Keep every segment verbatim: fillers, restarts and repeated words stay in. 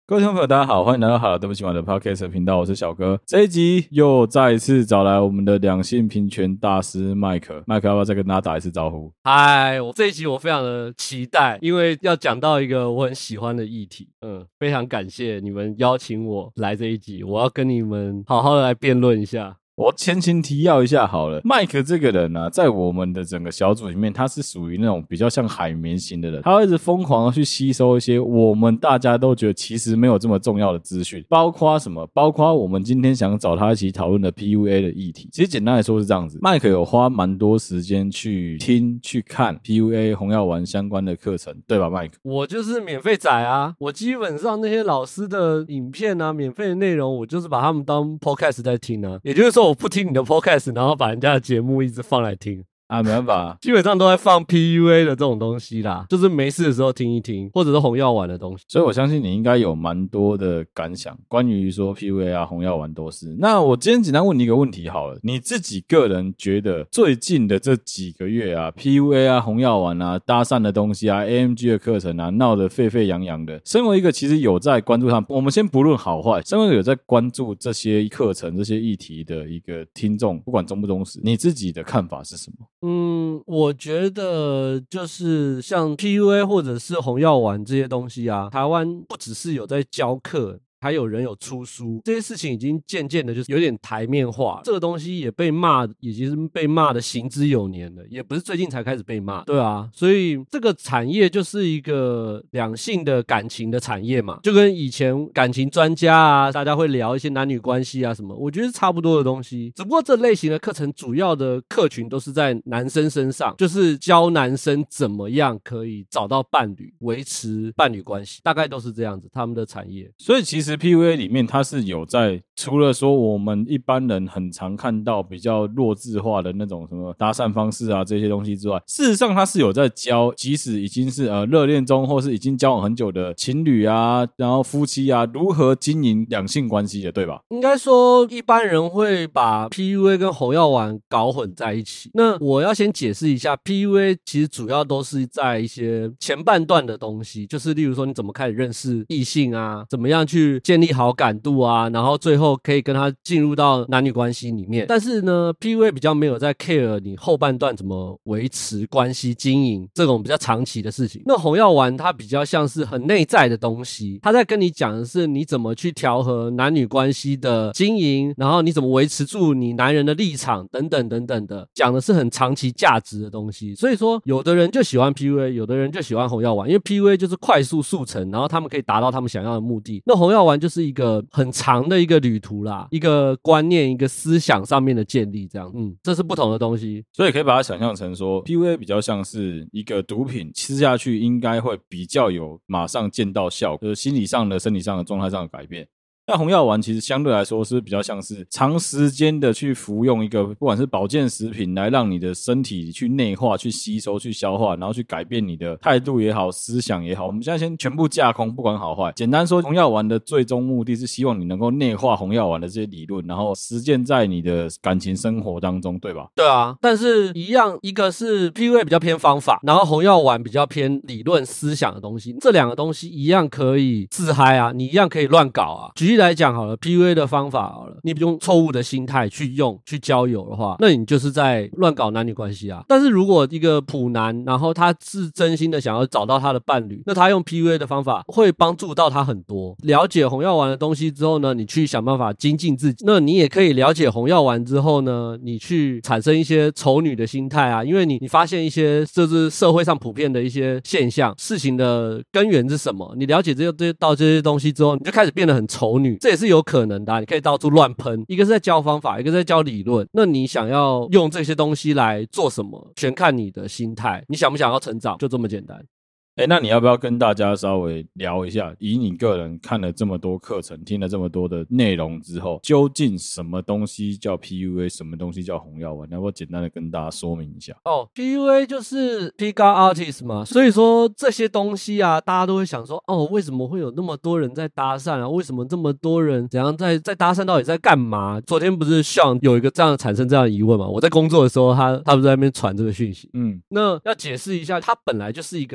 各位听众朋友大家好，欢迎来到好了对不起我的 Podcast 频道，我是小哥。这一集又再一次找来我们的两性平权大师麦克，麦克要不要再跟大家打一次招呼？ 嗨，我这一集我非常的期待，因为要讲到一个我很喜欢的议题。嗯，非常感谢你们邀请我来这一集，我要跟你们好好的来辩论一下。 我前情提要一下好了，麦克这个人啊，在我们的整个小组里面，他是属于那种比较像海绵型的人，他会一直疯狂的去吸收一些我们大家都觉得其实没有这么重要的资讯，包括什么？包括我们今天想找他一起讨论的 P U A 的议题。其实简单来说是这样子，麦克有花蛮多时间去听、去看 P U A 红药丸相关的课程，对吧，麦克？ 我就是免费仔啊，我基本上那些老师的影片啊、免费的内容，我就是把他们当 podcast 在听啊。也就是说，我不听你的 podcast， 然后把人家的节目一直放来听。 啊，没办法， 基本上都在放 P U A 的这种东西啦，就是没事的时候听一听，或者是红药丸的东西。 所以我相信你应该有蛮多的感想，关于说 P U A 啊、红药丸都是。那我今天简单问你一个问题好了，你自己个人觉得最近的这几个月啊 ，P U A 啊、红药丸啊、搭讪的东西啊、A M G 的课程啊，闹得沸沸扬扬的。身为一个其实有在关注他们，我们先不论好坏，身为一个有在关注这些课程、这些议题的一个听众，不管忠不忠实，你自己的看法是什么？ 嗯，我觉得就是像 P U A 或者是红药丸这些东西啊，台湾不只是有在教课，还有人有出书，这些事情已经渐渐的就是有点台面化，这个东西也被骂，已经是被骂的行之有年了，也不是最近才开始被骂，对啊，所以这个产业就是一个两性的感情的产业嘛，就跟以前感情专家啊，大家会聊一些男女关系啊什么，我觉得是差不多的东西，只不过这类型的课程主要的客群都是在男生身上，就是教男生怎么样可以找到伴侣，维持伴侣关系，大概都是这样子，他们的产业。 所以其实 P U A 里面它是有在除了说我们一般人很常看到比较弱智化的那种什么搭讪方式啊这些东西之外，事实上它是有在教即使已经是呃热恋中或是已经交往很久的情侣啊然后夫妻啊如何经营两性关系的，对吧？ 应该说一般人会把 P U A 跟红药丸搞混在一起，那我要先解释一下， P U A 其实主要都是在一些前半段的东西，就是例如说你怎么开始认识异性啊，怎么样去建立好感度啊，然后最后可以跟他进入到男女关系里面。但是呢 P U A 比较没有在 care 你后半段怎么维持关系经营这种比较长期的事情，那红药丸它比较像是很内在的东西，它在跟你讲的是你怎么去调和男女关系的经营，然后你怎么维持住你男人的立场等等等等的，讲的是很长期价值的东西。所以说有的人就喜欢 P U A， 有的人就喜欢红药丸，因为 P U A 就是快速速成，然后他们可以达到他们想要的目的，那红药丸就是一个很长的一个旅途啦，一个观念一个思想上面的建立，这样，嗯，这是不同的东西。 所以可以把它想象成说 P U A 比较像是一个毒品，吃下去应该会比较有马上见到效果，就是心理上的生理上的状态上的改变。那红药丸其实相对来说是比较像是长时间的去服用一个不管是保健食品来让你的身体去内化去吸收去消化，然后去改变你的态度也好思想也好，我们现在先全部架空不管好坏，简单说红药丸的最终目的是希望你能够内化红药丸的这些理论，然后实践在你的感情生活当中，对吧？ 对啊，但是一样，一个是 P U A 比较偏方法，然后红药丸比较偏理论思想的东西，这两个东西一样可以自嗨啊，你一样可以乱搞啊。举例来讲好了， P U A 的方法好了，你用错误的心态去用去交友的话，那你就是在乱搞男女关系啊。但是如果一个普男，然后他是真心的想要找到他的伴侣，那他用 P U A 的方法会帮助到他很多。了解红药丸的东西之后呢，你去想办法精进自己，那你也可以了解红药丸之后呢，你去产生一些丑女的心态啊，因为你你发现一些就是社会上普遍的一些现象，事情的根源是什么，你了解这些到这些东西之后，你就开始变得很丑女，这也是有可能的啊，你可以到处乱喷，一个是在教方法，一个是在教理论，那你想要用这些东西来做什么，全看你的心态，你想不想要成长，就这么简单。 哎，那你要不要跟大家稍微聊一下，以你个人看了这么多课程，听了这么多的内容之后，究竟什么东西叫 P U A， 什么东西叫红药丸？要不要简单的跟大家说明一下？ 哦 ，P U A 就是 Pick-up Artist 嘛，所以说这些东西啊，大家都会想说，哦，为什么会有那么多人在搭讪啊？为什么这么多人怎样在在搭讪，到底在干嘛？昨天不是 Sean 有一个这样产生这样的疑问嘛？我在工作的时候，他他不是在那边传这个讯息，嗯，那要解释一下，他本来就是一个搭讪。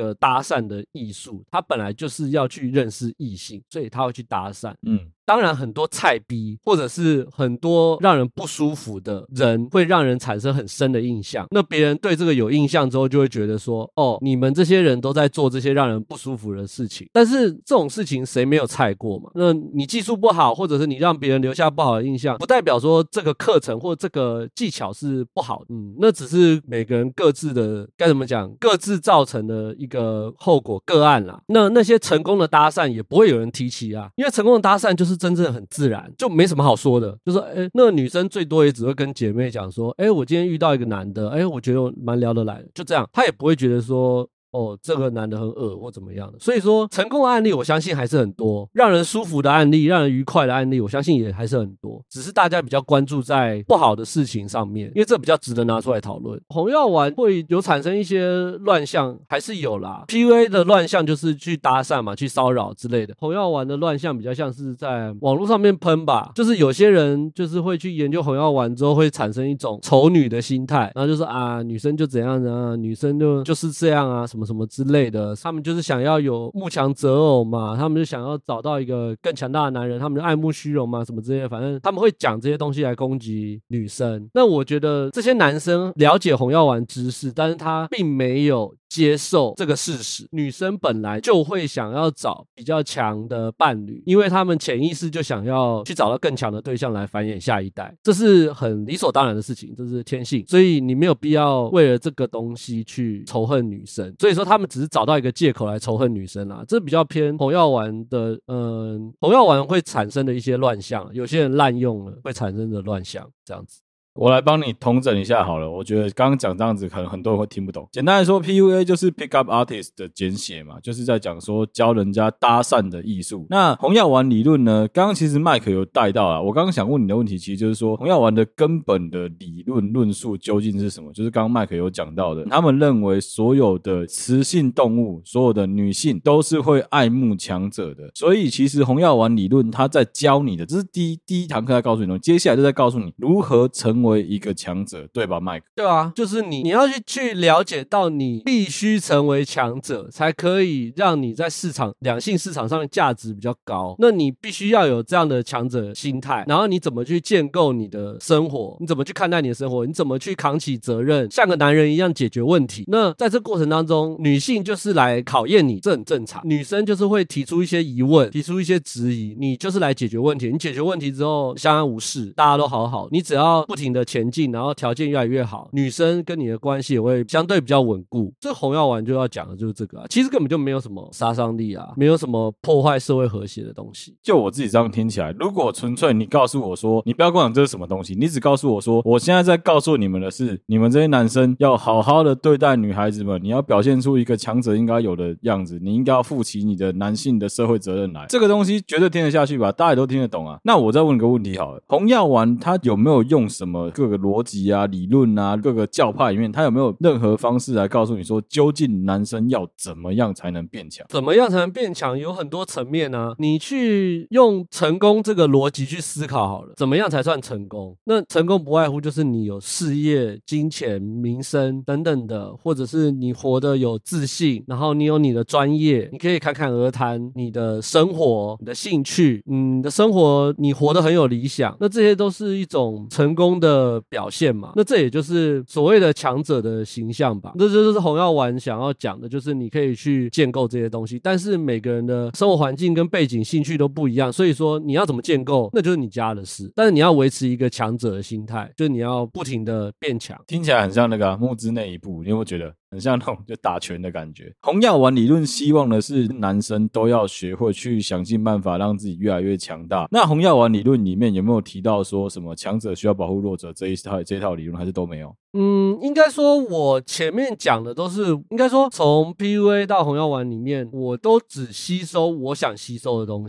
讪的艺术，他本来就是要去认识异性，所以他会去搭讪。 嗯， 当然很多菜逼或者是很多让人不舒服的人会让人产生很深的印象，那别人对这个有印象之后就会觉得说，哦，你们这些人都在做这些让人不舒服的事情。但是这种事情谁没有菜过嘛？那你技术不好，或者是你让别人留下不好的印象，不代表说这个课程或这个技巧是不好的。嗯，那只是每个人各自的该怎么讲，各自造成的一个后果个案啦。那那些成功的搭讪也不会有人提起啊，因为成功的搭讪就是真正很自然，就没什么好说的。就说，哎，那个女生最多也只会跟姐妹讲说，哎，我今天遇到一个男的，哎，我觉得我蛮聊得来的，就这样，她也不会觉得说，哦，这个男的很恶或怎么样的。所以说成功的案例我相信还是很多，让人舒服的案例，让人愉快的案例我相信也还是很多，只是大家比较关注在不好的事情上面，因为这比较值得拿出来讨论。红药丸会有产生一些乱象还是有啦， P U A 的乱象就是去搭讪嘛，去骚扰之类的，红药丸的乱象比较像是在网络上面喷吧，就是有些人就是会去研究红药丸之后会产生一种丑女的心态，然后就说啊，女生就怎样啊，女生就就是这样啊，什么什么之类的，他们就是想要有慕强择偶嘛，他们就想要找到一个更强大的男人，他们就爱慕虚荣嘛，什么之类的，反正他们会讲这些东西来攻击女生。那我觉得这些男生了解红药丸知识，但是他并没有接受这个事实，女生本来就会想要找比较强的伴侣，因为他们潜意识就想要去找到更强的对象来繁衍下一代，这是很理所当然的事情，这是天性，所以你没有必要为了这个东西去仇恨女生。所以说他们只是找到一个借口来仇恨女生啦，这比较偏红药丸的嗯，红药丸会产生的一些乱象，有些人滥用了会产生的乱象，这样子。 我来帮你统整一下好了，我觉得刚刚讲这样子可能很多人会听不懂。简单来说 P U A 就是 Pick Up Artist 的简写嘛，就是在讲说教人家搭讪的艺术。那红药丸理论呢，刚刚其实麦克有带到啦，我刚刚想问你的问题其实就是说红药丸的根本的理论论述究竟是什么，就是刚刚麦克有讲到的，他们认为所有的雌性动物，所有的女性都是会爱慕强者的，所以其实红药丸理论它在教你的，这是第一第一堂课在告诉你的，接下来就在告诉你如何成为为一个强者，对吧，麦克？ 对啊，就是你，你要去去了解到，你必须成为强者，才可以让你在市场两性市场上面价值比较高。那你必须要有这样的强者心态，然后你怎么去建构你的生活？你怎么去看待你的生活？你怎么去扛起责任，像个男人一样解决问题？那在这过程当中，女性就是来考验你，这很正常。女生就是会提出一些疑问，提出一些质疑，你就是来解决问题。你解决问题之后，相安无事，大家都好好，你只要不停的前进，然后条件越来越好，女生跟你的关系也会相对比较稳固。这红药丸就要讲的就是这个啊，其实根本就没有什么杀伤力啊，没有什么破坏社会和谐的东西。 就我自己这样听起来，如果纯粹你告诉我说，你不要跟我讲这是什么东西，你只告诉我说，我现在在告诉你们的是，你们这些男生要好好的对待女孩子们，你要表现出一个强者应该有的样子，你应该要负起你的男性的社会责任来。这个东西绝对听得下去吧，大家也都听得懂啊。那我再问个问题好了，红药丸它有没有用什么各个逻辑啊、理论啊、各个教派里面，它有没有任何方式来告诉你说，究竟男生要怎么样才能变强？ 怎么样才能变强？有很多层面啊，你去用成功这个逻辑去思考好了，怎么样才算成功？那成功不外乎就是你有事业、金钱、名声等等的，或者是你活得有自信，然后你有你的专业，你可以侃侃而谈你的生活、你的兴趣，嗯，你的生活你活得很有理想，那这些都是一种成功的表现嘛。那这也就是所谓的强者的形象吧。这就是红药丸想要讲的，就是你可以去建构这些东西，但是每个人的生活环境跟背景、兴趣都不一样，所以说你要怎么建构，那就是你家的事。但是你要维持一个强者的心态，就是你要不停的变强。 听起来很像那个、啊、木之内一步，你有没有觉得很像那种就打拳的感觉？红药丸理论希望的是男生都要学会去想尽办法让自己越来越强大。那红药丸理论里面有没有提到说什么强者需要保护弱者这一套这一套理论，还是都没有？ 嗯，应该说我前面讲的都是，应该说从 P U A 到红药丸里面，我都只吸收我想吸收的东西。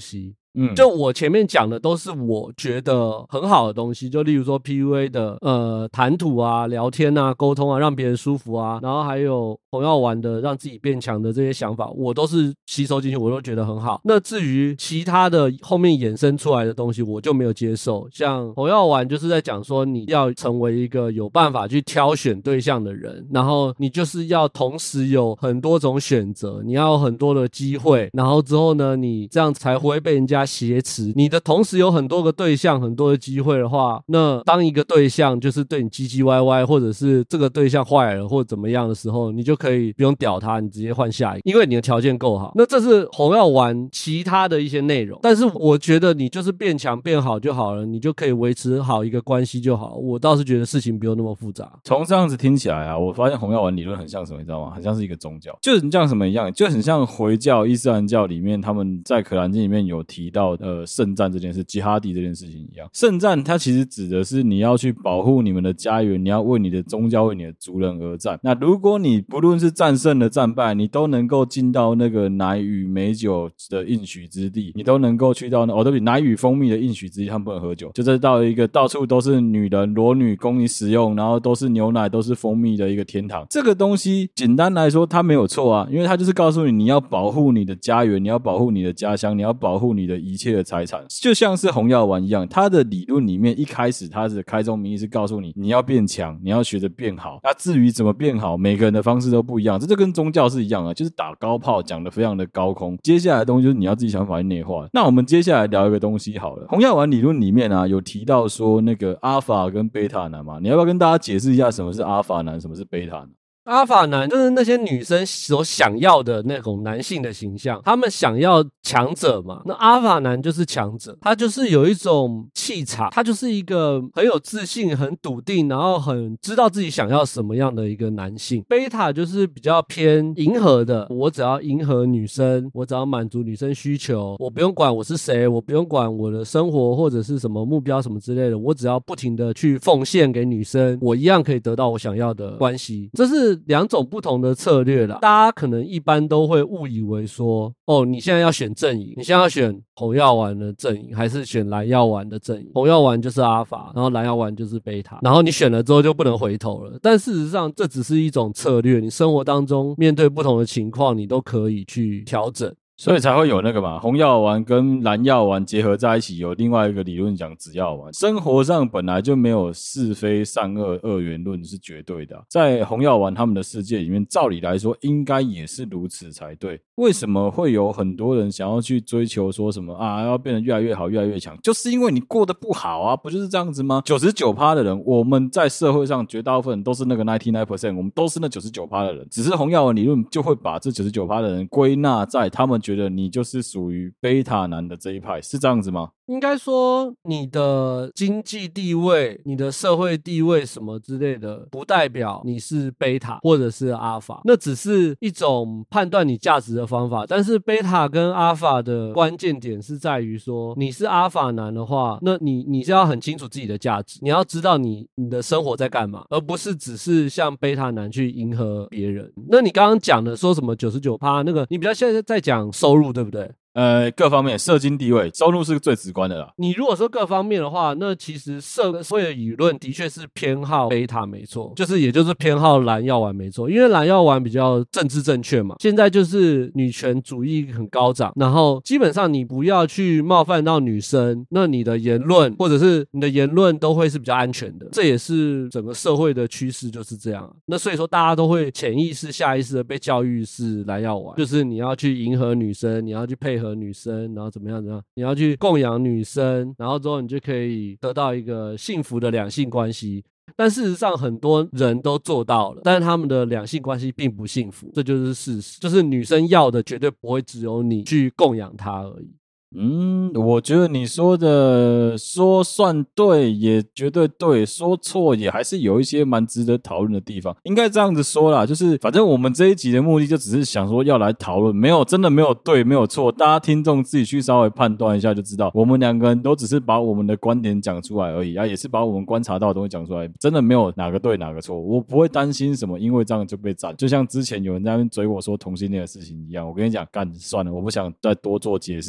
嗯，就我前面讲的都是我觉得很好的东西，就例如说 P U A 的呃谈吐啊、聊天啊、沟通啊，让别人舒服啊，然后还有红药丸的让自己变强的这些想法，我都是吸收进去，我都觉得很好。那至于其他的后面衍生出来的东西，我就没有接受。像红药丸就是在讲说，你要成为一个有办法去挑选对象的人，然后你就是要同时有很多种选择，你要有很多的机会，然后之后呢，你这样才不会被人家挟持。你的同时有很多个对象，很多的机会的话，那当一个对象就是对你唧唧歪歪，或者是这个对象坏了或者怎么样的时候，你就可以不用屌他，你直接换下一个，因为你的条件够好。那这是红药丸其他的一些内容，但是我觉得你就是变强变好就好了，你就可以维持好一个关系就好。我倒是觉得事情不用那么复杂。 从这样子听起来啊，我发现红药丸理论很像什么，你知道吗？很像是一个宗教，就很像什么一样，就很像回教、伊斯兰教里面他们在可兰经里面有提到呃圣战这件事、吉哈迪这件事情一样。圣战它其实指的是你要去保护你们的家园，你要为你的宗教、为你的族人而战。那如果你不论是战胜的战败，你都能够进到那个奶与美酒的应许之地，你都能够去到那哦，对不起，奶与蜂蜜的应许之地，他们不能喝酒，就是到一个到处都是女人裸女供你使用，然后都是牛奶都是蜂蜜的一个天堂。这个东西简单来说它没有错啊，因为它就是告诉你你要保护你的家园，你要保护你的家乡，你要保护你的一切的财产，就像是红药丸一样。它的理论里面一开始它的开宗明义是告诉你你要变强，你要学着变好。那至于怎么变好，每个人的方式都不一样，这就跟宗教是一样的，就是打高炮讲得非常的高空。接下来的东西就是你要自己想法去内化。那我们接下来聊一个东西好了，红药丸理论里面啊有提到说那个阿法跟贝塔男嘛，你要不要跟大家解释一下什么是阿法男，什么是贝塔男？ 阿法男就是那些女生所想要的那种男性的形象，他们想要强者嘛，那阿法男就是强者，他就是有一种气场，他就是一个很有自信、很笃定，然后很知道自己想要什么样的一个男性。贝塔就是比较偏迎合的，我只要迎合女生，我只要满足女生需求，我不用管我是谁，我不用管我的生活或者是什么目标什么之类的，我只要不停的去奉献给女生，我一样可以得到我想要的关系。这是两种不同的策略啦，大家可能一般都会误以为说，哦，你现在要选阵营，你现在要选红药丸的阵营，还是选蓝药丸的阵营？红药丸就是阿法，然后蓝药丸就是贝塔，然后你选了之后就不能回头了。但事实上，这只是一种策略，你生活当中面对不同的情况，你都可以去调整。 所以才会有那个嘛，红药丸跟蓝药丸结合在一起，有另外一个理论讲紫药丸。生活上本来就没有是非善恶二元论是绝对的啊，在红药丸他们的世界里面，照理来说应该也是如此才对。为什么会有很多人想要去追求说什么啊，要变得越来越好越来越强，就是因为你过得不好啊，不就是这样子吗？ 百分之九十九 的人，我们在社会上绝大部分人都是那个 百分之九十九， 我们都是那 百分之九十九 的人，只是红药丸理论就会把这 百分之九十九 的人归纳在他们觉得你就是属于贝塔男的这一派，是这样子吗？ 应该说你的经济地位、你的社会地位什么之类的，不代表你是贝塔或者是阿法，那只是一种判断你价值的方法。但是贝塔跟阿法的关键点是在于说，你是阿法男的话，那你你是要很清楚自己的价值，你要知道你你的生活在干嘛，而不是只是像贝塔男去迎合别人。那你刚刚讲的说什么 百分之九十九 那个，你比较现在在讲收入对不对？ 呃，各方面，社经地位、收入是最直观的啦。 你如果说各方面的话，那其实社会的舆论的确是偏好贝塔没错，就是也就是偏好蓝药丸没错，因为蓝药丸比较政治正确嘛。现在就是女权主义很高涨，然后基本上你不要去冒犯到女生，那你的言论或者是你的言论都会是比较安全的。这也是整个社会的趋势就是这样。那所以说大家都会潜意识、下意识的被教育是蓝药丸，就是你要去迎合女生，你要去配合和女生，然后怎么样怎么样，你要去供养女生，然后之后你就可以得到一个幸福的两性关系。但事实上很多人都做到了，但是他们的两性关系并不幸福，这就是事实，就是女生要的绝对不会只有你去供养她而已。 嗯，我觉得你说的说算对也绝对对，说错也还是有一些蛮值得讨论的地方。应该这样子说啦，就是反正我们这一集的目的就只是想说要来讨论，没有真的没有对没有错，大家听众自己去稍微判断一下就知道，我们两个人都只是把我们的观点讲出来而已啊，也是把我们观察到的东西讲出来，真的没有哪个对哪个错。我不会担心什么因为这样就被斩，就像之前有人在那边追我说同性恋的事情一样，我跟你讲干算了，我不想再多做解释。 你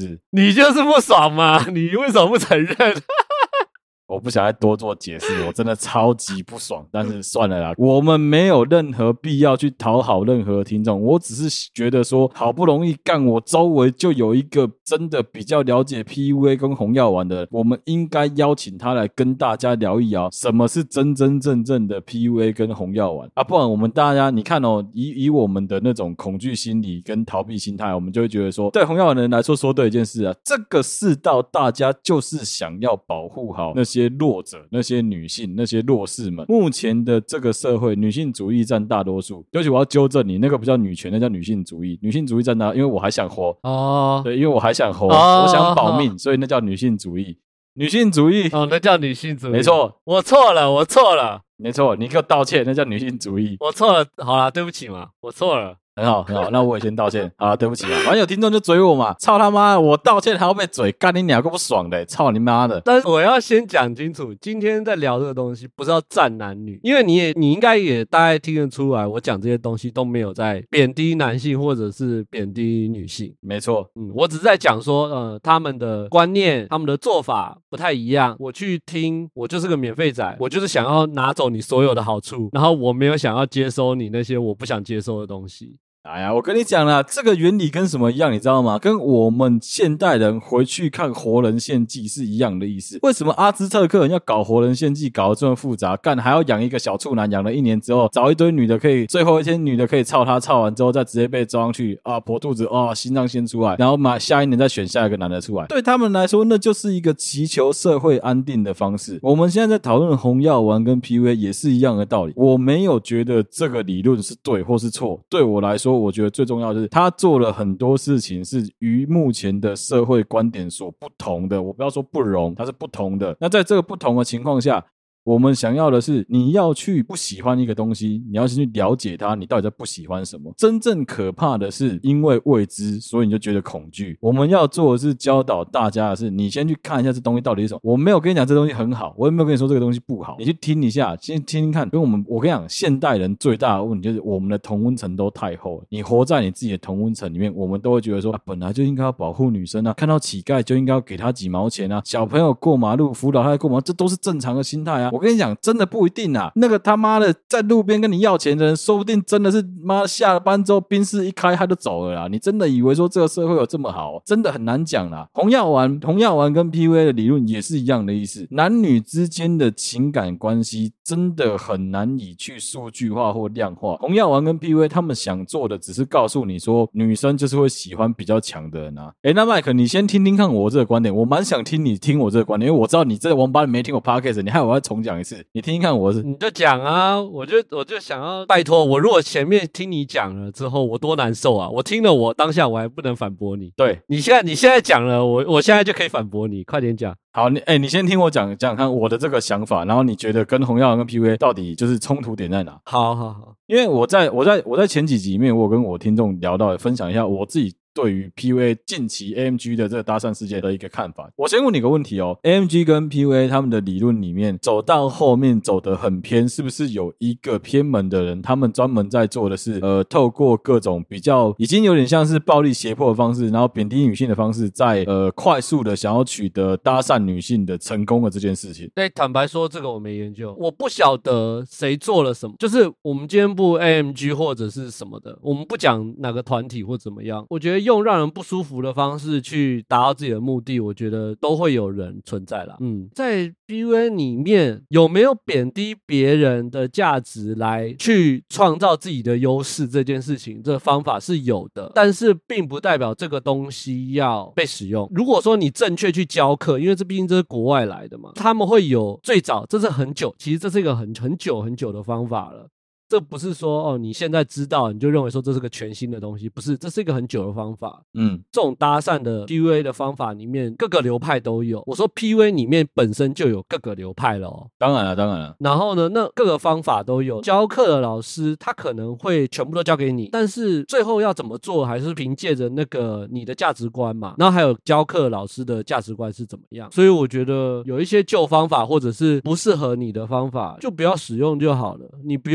你就是不爽嘛，你为什么不承认？ 我不想再多做解释，我真的超级不爽，但是算了啦，我们没有任何必要去讨好任何听众，我只是觉得说，好不容易干我周围就有一个真的比较了解 P U A 跟红药丸的，我们应该邀请他来跟大家聊一聊什么是真真正正的 P U A 跟红药丸啊，不然我们大家你看哦，以以我们的那种恐惧心理跟逃避心态，我们就会觉得说，对红药丸的人来说说对一件事啊，这个世道大家就是想要保护好那些弱者，那些女性，那些弱势们。目前的这个社会，女性主义占大多数。尤其我要纠正你，那个不叫女权，那叫女性主义。女性主义占大，因为我还想活哦，对，因为我还想活，哦、我想保命，所以那叫女性主义。女性主义哦，那叫女性主义， 没错， 我错了，我错了， 没错，你给我道歉，那叫女性主义， 我错了，好啦，对不起嘛，我错了。 很好，很好，那我也先道歉啊，对不起啊，反正有听众就嘴我嘛，操他妈，我道歉还要被嘴，干你娘，够不爽的，操你妈的！ 但是我要先讲清楚，今天在聊这个东西不是要站男女，因为你也你应该也大概听得出来，我讲这些东西都没有在贬低男性或者是贬低女性， 没错， 嗯，我只是在讲说，呃，他们的观念、他们的做法不太一样。我去听，我就是个免费仔，我就是想要拿走你所有的好处，然后我没有想要接收你那些我不想接收的东西。 哎呀，我跟你讲啦，这个原理跟什么一样，你知道吗？跟我们现代人回去看活人献祭是一样的意思。为什么阿兹特克人要搞活人献祭搞得这么复杂？干还要养一个小处男，养了一年之后，找一堆女的可以，最后一天女的可以操他，操完之后再直接被装上去啊，剖肚子啊，心脏先出来，然后嘛下一年再选下一个男的出来。对他们来说，那就是一个祈求社会安定的方式。我们现在在讨论红药丸跟 P U A 也是一样的道理。我没有觉得这个理论是对或是错，对我来说。我觉得最重要的是他做了很多事情是与目前的社会观点所不同的，我不要说不容，它是不同的。那在这个不同的情况下，我们想要的是，你要去不喜欢一个东西，你要先去了解它，你到底在不喜欢什么。真正可怕的是，因为未知，所以你就觉得恐惧。我们要做的是教导大家的是，你先去看一下这东西到底是什么。我没有跟你讲这东西很好，我也没有跟你说这个东西不好，你去听一下，先听听看。因为我们，我跟你讲，现代人最大的问题就是我们的同温层都太厚了。你活在你自己的同温层里面，我们都会觉得说，啊，本来就应该要保护女生啊，看到乞丐就应该要给他几毛钱啊，小朋友过马路扶老太太过马路，这都是正常的心态啊。我跟你讲，真的不一定啊。那个他妈的在路边跟你要钱的人，说不定真的是妈下了班之后宾士一开他就走了啦。你真的以为说这个社会有这么好？真的很难讲啦。红药丸，红药丸跟 P U A 的理论也是一样的意思。男女之间的情感关系真的很难以去数据化或量化。红药丸跟 P U A 他们想做的只是告诉你说，女生就是会喜欢比较强的人啊。诶，那麦克，你先听听看我这个观点，我蛮想听你听我这个观点，因为我知道你这王八你没听我 podcast， 你害我要重讲一次，你听听看我是， 你就讲啊，我就我就想要拜托我，如果前面听你讲了之后，我多难受啊！我听了，我当下我还不能反驳你。 对， 你现在你现在讲了，我我现在就可以反驳你，快点讲。 好，你哎、欸，你先听我讲讲看我的这个想法，然后你觉得跟红药丸跟 P U A 到底就是冲突点在哪？ 好好好， 因为我在我在我在前几集里面，我有跟我听众聊到，分享一下我自己对于 P U A 近期 A M G 的这个搭讪事件的一个看法。我先问你个问题哦 ，A M G 跟 P U A 他们的理论里面走到后面走得很偏，是不是有一个偏门的人，他们专门在做的是呃，透过各种比较已经有点像是暴力胁迫的方式，然后贬低女性的方式，在呃快速的想要取得搭讪女性的成功的这件事情？ 对，坦白说，这个我没研究，我不晓得谁做了什么。就是我们今天不 A M G 或者是什么的，我们不讲哪个团体或怎么样，我觉得用让人不舒服的方式去达到自己的目的，我觉得都会有人存在啦。嗯，在 P U A 里面有没有贬低别人的价值来去创造自己的优势这件事情，这个方法是有的，但是并不代表这个东西要被使用。如果说你正确去教课，因为这毕竟这是国外来的嘛，他们会有最早，这是很久，其实这是一个很很久很久的方法了。这不是说哦，你现在知道你就认为说这是个全新的东西，不是，这是一个很久的方法。嗯，这种搭讪的 P U A 的方法里面，各个流派都有。我说 P U A 里面本身就有各个流派了哦。 当然了，当然了。 然后呢，那各个方法都有。教课的老师他可能会全部都教给你，但是最后要怎么做，还是凭借着那个你的价值观嘛。然后还有教课老师的价值观是怎么样。所以我觉得有一些旧方法或者是不适合你的方法，就不要使用就好了。你不用全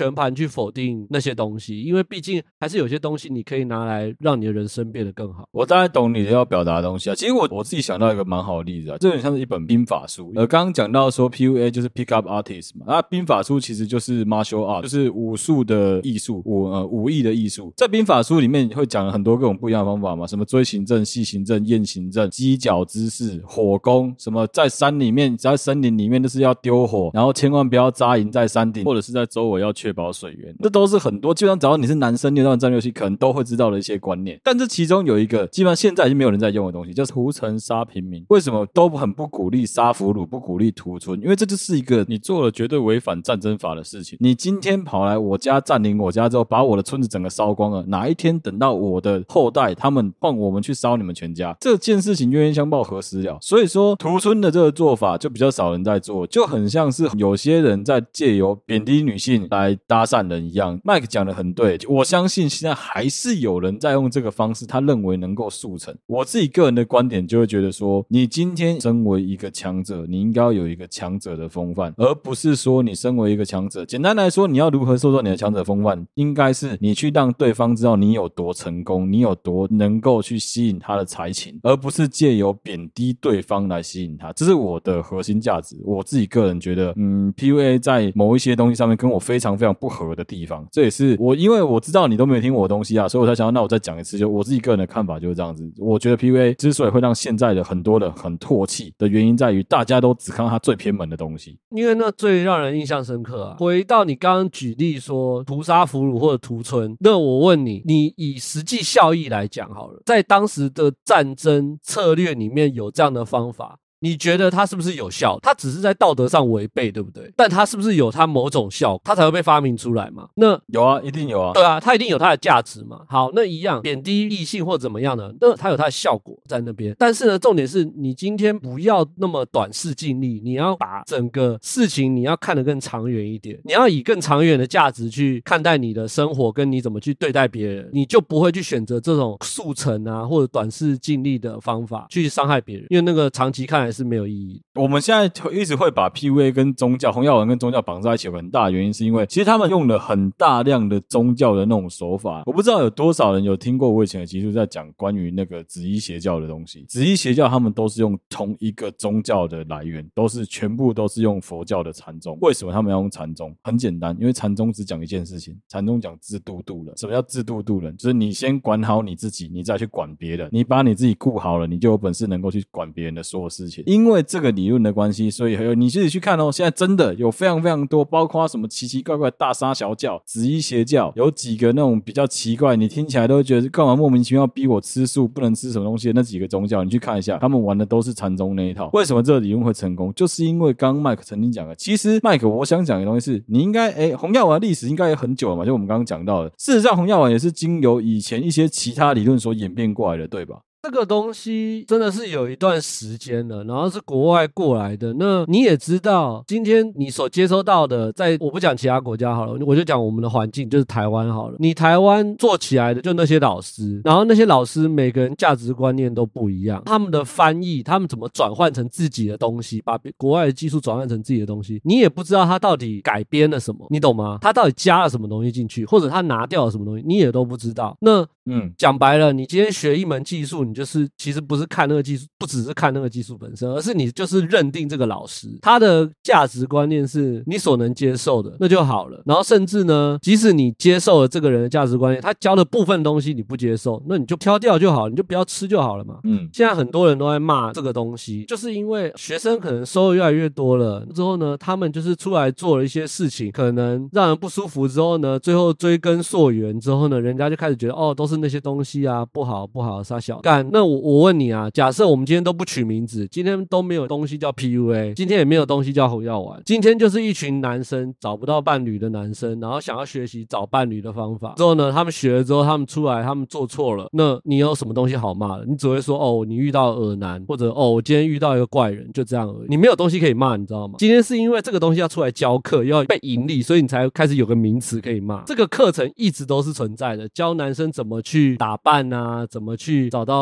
全盘去否定那些东西，因为毕竟还是有些东西你可以拿来让你的人生变得更好。 我大概懂你要表达的东西啊。其实我我自己想到一个蛮好的例子啊，这有点像是一本兵法书。呃，刚刚讲到说 P U A 就是 Pick Up Artist 嘛，那兵法书其实就是 Martial Art， 就是武术的艺术，武呃武艺的艺术。在兵法书里面会讲了很多各种不一样的方法嘛，什么锥形阵、细形阵、雁形阵、犄角姿势、火攻，什么在山里面，在森林里面就是要丢火，然后千万不要扎营在山顶，或者是在周围要确保水源。这都是很多基本上只要你是男生，你有那种战略游戏可能都会知道的一些观念。但这其中有一个基本上现在已经没有人在用的东西，就是屠城杀平民。为什么都很不鼓励杀俘虏，不鼓励屠村？因为这就是一个你做了绝对违反战争法的事情。你今天跑来我家占领我家之后，把我的村子整个烧光了，哪一天等到我的后代他们换我们去烧你们全家，这件事情冤冤相报何时了？所以说屠村的这个做法就比较少人在做，就很像是有些人在借由贬低女性来搭讪人一样。Mike 讲得很对，我相信现在还是有人在用这个方式，他认为能够速成。我自己个人的观点就会觉得说，你今天身为一个强者，你应该要有一个强者的风范，而不是说你身为一个强者，简单来说，你要如何塑造你的强者风范，应该是你去让对方知道你有多成功，你有多能够去吸引他的才情，而不是借由贬低对方来吸引他。这是我的核心价值。我自己个人觉得嗯 P U A 在某一些东西上面跟我非常非常不合的地方，这也是我因为我知道你都没有听我的东西啊，所以我才想要那我再讲一次，就我自己个人的看法就是这样子。我觉得 P U A 之所以会让现在的很多人很唾弃的原因在于大家都只看到它最偏门的东西， 因为那最让人印象深刻啊。回到你刚刚举例说屠杀俘虏或者屠村，那我问你，你以实际效益来讲好了，在当时的战争策略里面有这样的方法，你觉得它是不是有效？它只是在道德上违背，对不对？但它是不是有它某种效果，它才会被发明出来嘛？那有啊，一定有啊。 对啊，它一定有它的价值嘛。好，那一样贬低异性或怎么样呢？那它有它的效果在那边。但是呢，重点是你今天不要那么短视近利，你要把整个事情你要看得更长远一点，你要以更长远的价值去看待你的生活，跟你怎么去对待别人，你就不会去选择这种速成啊或者短视近利的方法去伤害别人，因为那个长期看来是没有意义的。 我们现在一直会把 P U A 跟宗教、红药丸跟宗教绑在一起，有很大的原因是因为其实他们用了很大量的宗教的那种手法。我不知道有多少人有听过我以前的集数在讲关于那个紫衣邪教的东西。紫衣邪教他们都是用同一个宗教的来源，都是全部都是用佛教的禅宗。为什么他们要用禅宗？很简单，因为禅宗只讲一件事情，禅宗讲自度度人。什么叫自度度人？就是你先管好你自己，你再去管别人。你把你自己顾好了，你就有本事能够去管别人的所有事情。因为这个理论的关系，所以还有你自己去看哦，现在真的有非常非常多，包括什么奇奇怪怪大沙小教、紫衣邪教，有几个那种比较奇怪，你听起来都会觉得干嘛莫名其妙逼我吃素，不能吃什么东西的那几个宗教，你去看一下，他们玩的都是禅宗那一套。为什么这个理论会成功？就是因为刚刚麦克曾经讲的，其实麦克我想讲的东西是，你应该诶红药丸历史应该也很久了嘛，就我们刚刚讲到的，事实上红药丸也是经由以前一些其他理论所演变过来的，对吧？ 这个东西真的是有一段时间了，然后是国外过来的。那你也知道，今天你所接收到的，在我不讲其他国家好了，我就讲我们的环境，就是台湾好了。你台湾做起来的就那些老师，然后那些老师每个人价值观念都不一样，他们的翻译，他们怎么转换成自己的东西，把国外的技术转换成自己的东西，你也不知道他到底改编了什么，你懂吗？他到底加了什么东西进去，或者他拿掉了什么东西，你也都不知道。那嗯，讲白了，你今天学一门技术，你就是其实不是看那个技术，不只是看那个技术本身，而是你就是认定这个老师他的价值观念是你所能接受的，那就好了。然后甚至呢，即使你接受了这个人的价值观念，他教的部分东西你不接受，那你就挑掉就好，你就不要吃就好了嘛。嗯，现在很多人都在骂这个东西，就是因为学生可能收入越来越多了之后呢，他们就是出来做了一些事情，可能让人不舒服之后呢，最后追根溯源之后呢，人家就开始觉得哦，都是那些东西啊，不好不好，杀小干。那我我问你啊，假设我们今天都不取名字，今天都没有东西叫 P U A， 今天也没有东西叫红药丸，今天就是一群男生找不到伴侣的男生，然后想要学习找伴侣的方法之后呢，他们学了之后，他们出来，他们做错了，那你有什么东西好骂的？你只会说哦，你遇到恶男，或者哦，我今天遇到一个怪人，就这样而已。你没有东西可以骂，你知道吗？今天是因为这个东西要出来教课，要被盈利，所以你才开始有个名词可以骂。这个课程一直都是存在的，教男生怎么去打扮啊，怎么去找到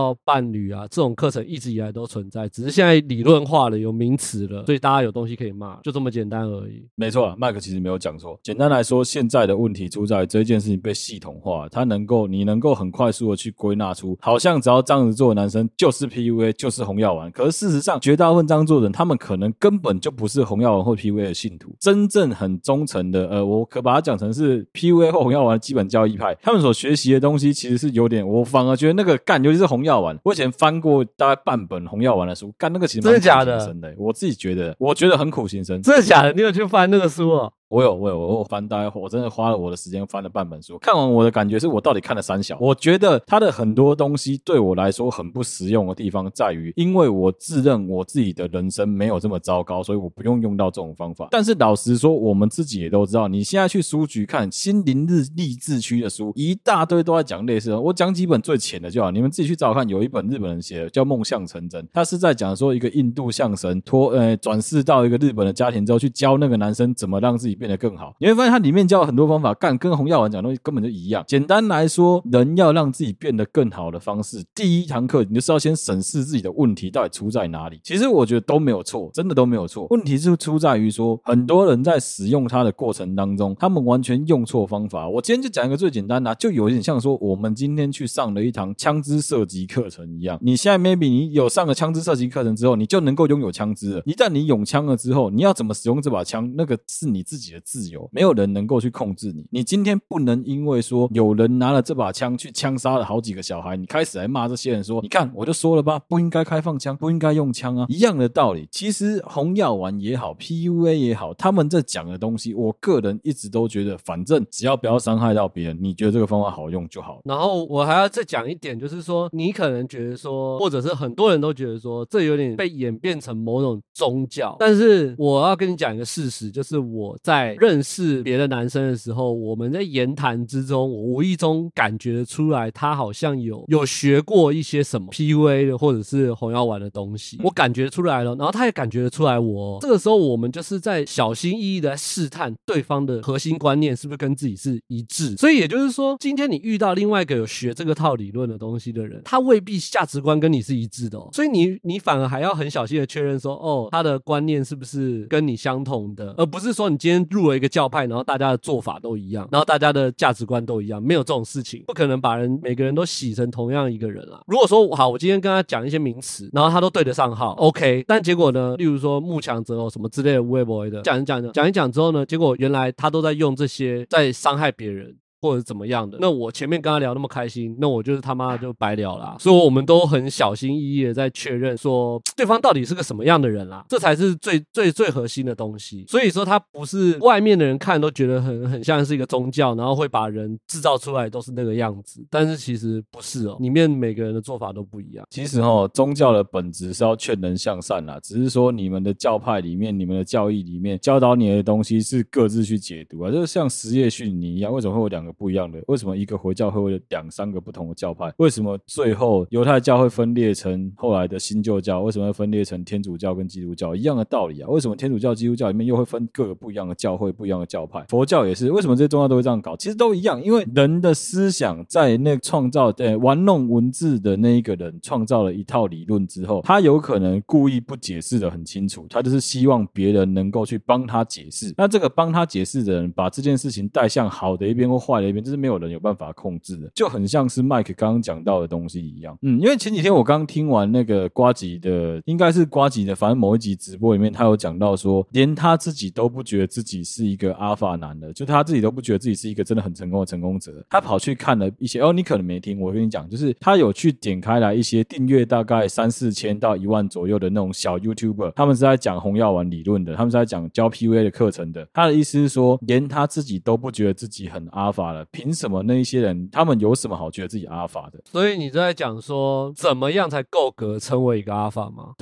交伴侣啊，这种课程一直以来都存在，只是现在理论化了，有名词了，所以大家有东西可以骂，就这么简单而已。 没错，麦克其实没有讲错。简单来说，现在的问题出在这件事情被系统化，它能够你能够很快速的去归纳出，好像只要这样子做的男生就是 P U A， 就是红药丸。可是事实上，绝大部分这样做的人，他们可能根本就不是红药丸或 P U A 的信徒，真正很忠诚的，呃，我可把它讲成是 P U A 或红药丸的基本教义派，他们所学习的东西其实是有点，我反而觉得那个干，尤其是红药丸，我以前翻过大概半本红药丸的书，干那个其实蛮苦行僧的，我自己觉得，我觉得很苦行僧。 真的假的？你有去翻那个书哦？ 我有我有我有翻，大概我真的花了我的时间翻了半本书，看完我的感觉是我到底看了三小。我觉得他的很多东西对我来说很不实用的地方在于，因为我自认我自己的人生没有这么糟糕，所以我不用用到这种方法。但是老实说，我们自己也都知道，你现在去书局看心灵日励志区的书，一大堆都在讲类似的。我讲几本最浅的就好，你们自己去找看。有一本日本人写的叫《梦想成真》，他是在讲说一个印度象神托呃转世到一个日本的家庭之后，去教那个男生怎么让自己变得更好。你会发现它里面教了很多方法，干跟红药丸讲的东西根本就一样。简单来说，人要让自己变得更好的方式，第一堂课你就是要先审视自己的问题到底出在哪里。其实我觉得都没有错，真的都没有错。问题是出在于说，很多人在使用它的过程当中，他们完全用错方法。我今天就讲一个最简单的、啊，就有点像说我们今天去上了一堂枪支射击课程一样。你现在 maybe 你有上了枪支射击课程之后，你就能够拥有枪支了。一旦你拥枪了之后，你要怎么使用这把枪，那个是你自己的自由，没有人能够去控制你。你今天不能因为说有人拿了这把枪去枪杀了好几个小孩，你开始来骂这些人说，你看我就说了吧，不应该开放枪，不应该用枪啊，一样的道理。其实红药丸也好 P U A 也好，他们在讲的东西，我个人一直都觉得，反正只要不要伤害到别人，你觉得这个方法好用就好。 然后我还要再讲一点，就是说你可能觉得说，或者是很多人都觉得说，这有点被演变成某种宗教。但是我要跟你讲一个事实，就是我在认识别的男生的时候，我们在言谈之中，我无意中感觉出来他好像有有学过一些什么 P U A 的或者是红药丸的东西，我感觉出来了，然后他也感觉出来我。这个时候我们就是在小心翼翼的试探对方的核心观念是不是跟自己是一致。所以也就是说，今天你遇到另外一个有学这个套理论的东西的人，他未必价值观跟你是一致的哦，所以你你反而还要很小心的确认说，哦，他的观念是不是跟你相同的，而不是说你今天入了一个教派，然后大家的做法都一样，然后大家的价值观都一样，没有这种事情，不可能把人每个人都洗成同样一个人啊。如果说好，我今天跟他讲一些名词，然后他都对得上号 ，OK， 但结果呢，例如说慕强择偶什么之类的微博的，讲一讲讲一讲之后呢，结果原来他都在用这些在伤害别人。或者怎么样的，那我前面跟他聊那么开心，那我就是他妈的就白聊啦。所以我们都很小心翼翼的在确认说对方到底是个什么样的人啦，这才是最最最核心的东西。所以说他不是外面的人看都觉得很很像是一个宗教，然后会把人制造出来都是那个样子，但是其实不是哦，里面每个人的做法都不一样。 其实哦，宗教的本质是要劝人向善啦，只是说你们的教派里面、你们的教义里面教导你的东西是各自去解读啊，就是像实业训你一样，为什么会有两个不一样的？为什么一个回教会有两三个不同的教派？为什么最后犹太教会分裂成后来的新旧教？为什么会分裂成天主教跟基督教？一样的道理啊。为什么天主教、基督教里面又会分各个不一样的教会、不一样的教派？佛教也是，为什么这些宗教都会这样搞？其实都一样，因为人的思想在那创造呃玩弄文字的那一个人创造了一套理论之后，他有可能故意不解释的很清楚，他就是希望别人能够去帮他解释。那这个帮他解释的人把这件事情带向好的一边或坏的一边，这是没有人有办法控制的，就很像是 Mike 刚刚讲到的东西一样。嗯，因为前几天我刚听完那个呱吉的，应该是呱吉的，反正某一集直播里面，他有讲到说，连他自己都不觉得自己是一个阿法男的，就他自己都不觉得自己是一个真的很成功的成功者。他跑去看了一些，哦，你可能没听，我跟你讲，就是他有去点开来一些订阅大概三四千到一万左右的那种小 YouTuber， 他们是在讲红药丸理论的，他们是在讲教 P U A 的课程的。他的意思是说，连他自己都不觉得自己很阿法了，凭什么那一些人他们有什么好觉得自己阿法的？ 所以你在讲说怎么样才够格称为一个阿法吗？ 对，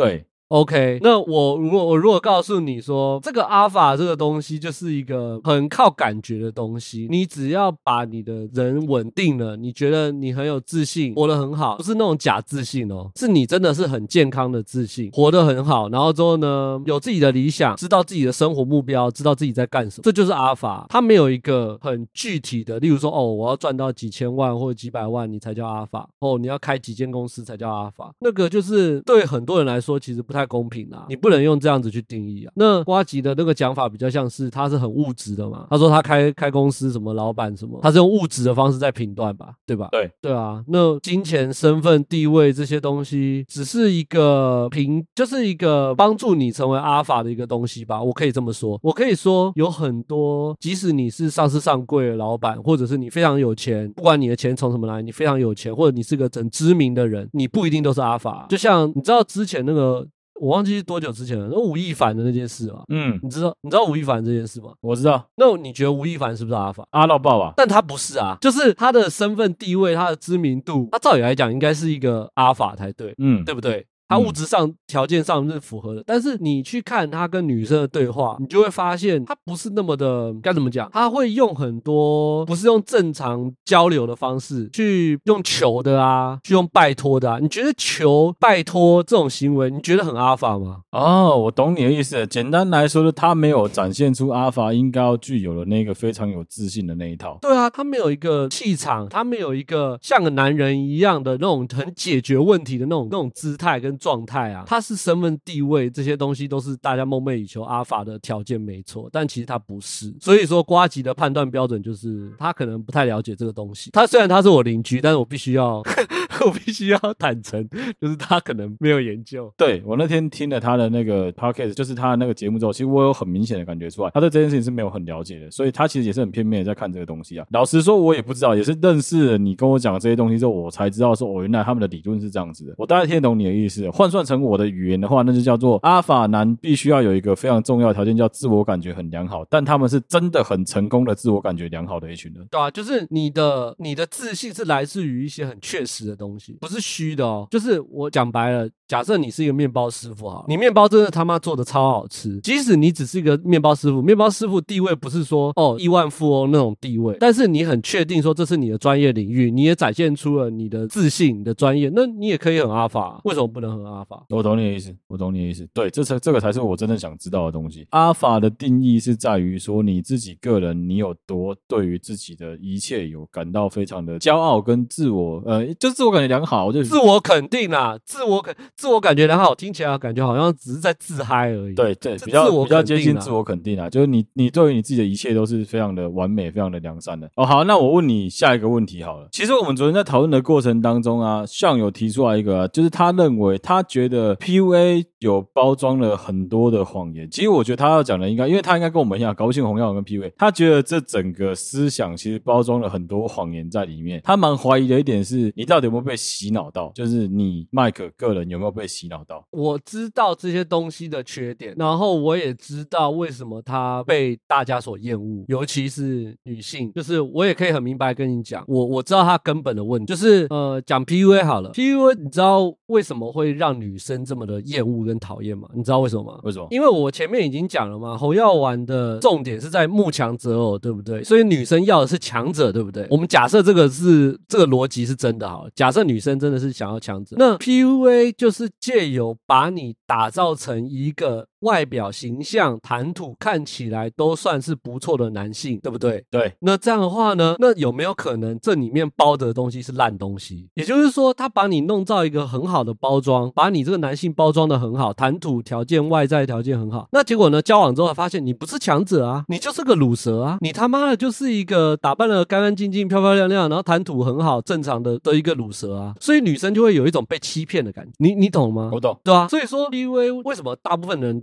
OK，那我如果我如果告诉你说，这个阿法这个东西就是一个很靠感觉的东西，你只要把你的人稳定了，你觉得你很有自信，活得很好，不是那种假自信哦，是你真的是很健康的自信，活得很好，然后之后呢，有自己的理想，知道自己的生活目标，知道自己在干什么，这就是阿法。它没有一个很具体的，例如说，哦，我要赚到几千万或者几百万，你才叫阿法，哦，你要开几间公司才叫阿法，那个就是对很多人来说其实不太公平啊，你不能用这样子去定义啊。那呱吉的那个讲法比较像是他是很物质的嘛，他说他开开公司什么老板什么，他是用物质的方式在评断吧，对吧？ 对对啊，那金钱、身份、地位这些东西，只是一个评，就是一个帮助你成为阿法的一个东西吧。我可以这么说，我可以说有很多，即使你是上市上柜的老板，或者是你非常有钱，不管你的钱从什么来，你非常有钱，或者你是个很知名的人，你不一定都是阿法。就像你知道之前那个。我忘记是多久之前了，那吴亦凡的那件事嘛，嗯，你知道你知道吴亦凡这件事吗？ 我知道。 那你觉得吴亦凡是不是阿法？ 阿到爆吧？ 但他不是啊，就是他的身份地位、他的知名度，他照理来讲应该是一个阿法才对，嗯，对不对？他物质上条件上是符合的，但是你去看他跟女生的对话，你就会发现他不是那么的该怎么讲，他会用很多不是用正常交流的方式去用求的啊，去用拜托的啊。你觉得求拜托这种行为，你觉得很阿法吗？ 哦，我懂你的意思了。简单来说，他没有展现出阿法应该要具有的那个非常有自信的那一套。 对啊，他没有一个气场，他没有一个像个男人一样的那种很解决问题的那种那种姿态跟状态啊，他是身份地位这些东西都是大家梦寐以求阿法的条件没错，但其实他不是。所以说呱吉的判断标准就是他可能不太了解这个东西。他虽然他是我邻居，但是我必须要我必须要坦诚，就是他可能没有研究。 对，我那天听了他的那个 podcast， 就是他的那个节目之后，其实我有很明显的感觉出来，他对这件事情是没有很了解的，所以他其实也是很片面的在看这个东西啊。老实说，我也不知道，也是认识了你跟我讲的这些东西之后，我才知道说，哦，原来他们的理论是这样子的。我大概听得懂你的意思了。换算成我的语言的话，那就叫做阿法男必须要有一个非常重要的条件，叫自我感觉很良好，但他们是真的很成功的自我感觉良好的一群人。 对啊，就是你的你的自信是来自于一些很确实的东西，不是虚的哦。就是我讲白了，假设你是一个面包师傅好，你面包真的他妈做的超好吃，即使你只是一个面包师傅，面包师傅地位不是说哦亿万富翁那种地位，但是你很确定说这是你的专业领域，你也展现出了你的自信、你的专业，那你也可以很阿法，为什么不能很阿法？ 我懂你的意思，我懂你的意思。对，这才这个才是我真正想知道的东西。阿法的定义是在于说你自己个人，你有多对于自己的一切有感到非常的骄傲跟自我，呃，就自我感觉良好，就自我肯定啦，自我感自我感觉良好，听起来感觉好像只是在自嗨而已。 对对，比较比较接近自我肯定啊，就是你你对于你自己的一切都是非常的完美、非常的良善的。哦，好，那我问你下一个问题好了。其实我们昨天在讨论的过程当中啊，像有提出来一个啊，就是他认为他觉得 P U A 有包装了很多的谎言。其实我觉得他要讲的应该，因为他应该跟我们一样搞不清红药丸跟 P U A， 他觉得这整个思想其实包装了很多谎言在里面。他蛮怀疑的一点是，你到底有没有被洗脑到？就是你麦克个人有没有被洗脑到？ 我知道这些东西的缺点，然后我也知道为什么他被大家所厌恶，尤其是女性。就是我也可以很明白跟你讲，我我知道他根本的问题，就是呃讲 P U A 好了 ，P U A 你知道为什么会让女生这么的厌恶跟讨厌吗？你知道为什么吗？ 为什么？ 因为我前面已经讲了嘛，红药丸的重点是在慕强择偶，对不对？所以女生要的是强者，对不对？我们假设这个是这个逻辑是真的好了，假设女生真的是想要强者，那 P U A 就是借由把你打造成一个外表形象谈吐看起来都算是不错的男性，对不对？ 对。 那这样的话呢，那有没有可能这里面包的东西是烂东西？也就是说他把你弄造一个很好的包装，把你这个男性包装的很好，谈吐条件外在条件很好，那结果呢交往之后发现你不是强者啊，你就是个鲁蛇啊，你他妈的就是一个打扮得干干净净漂漂亮亮，然后谈吐很好正常的的一个鲁蛇啊，所以女生就会有一种被欺骗的感觉。你你懂吗？ 我懂。 对啊，所以说 P U A 为什么大部分的人都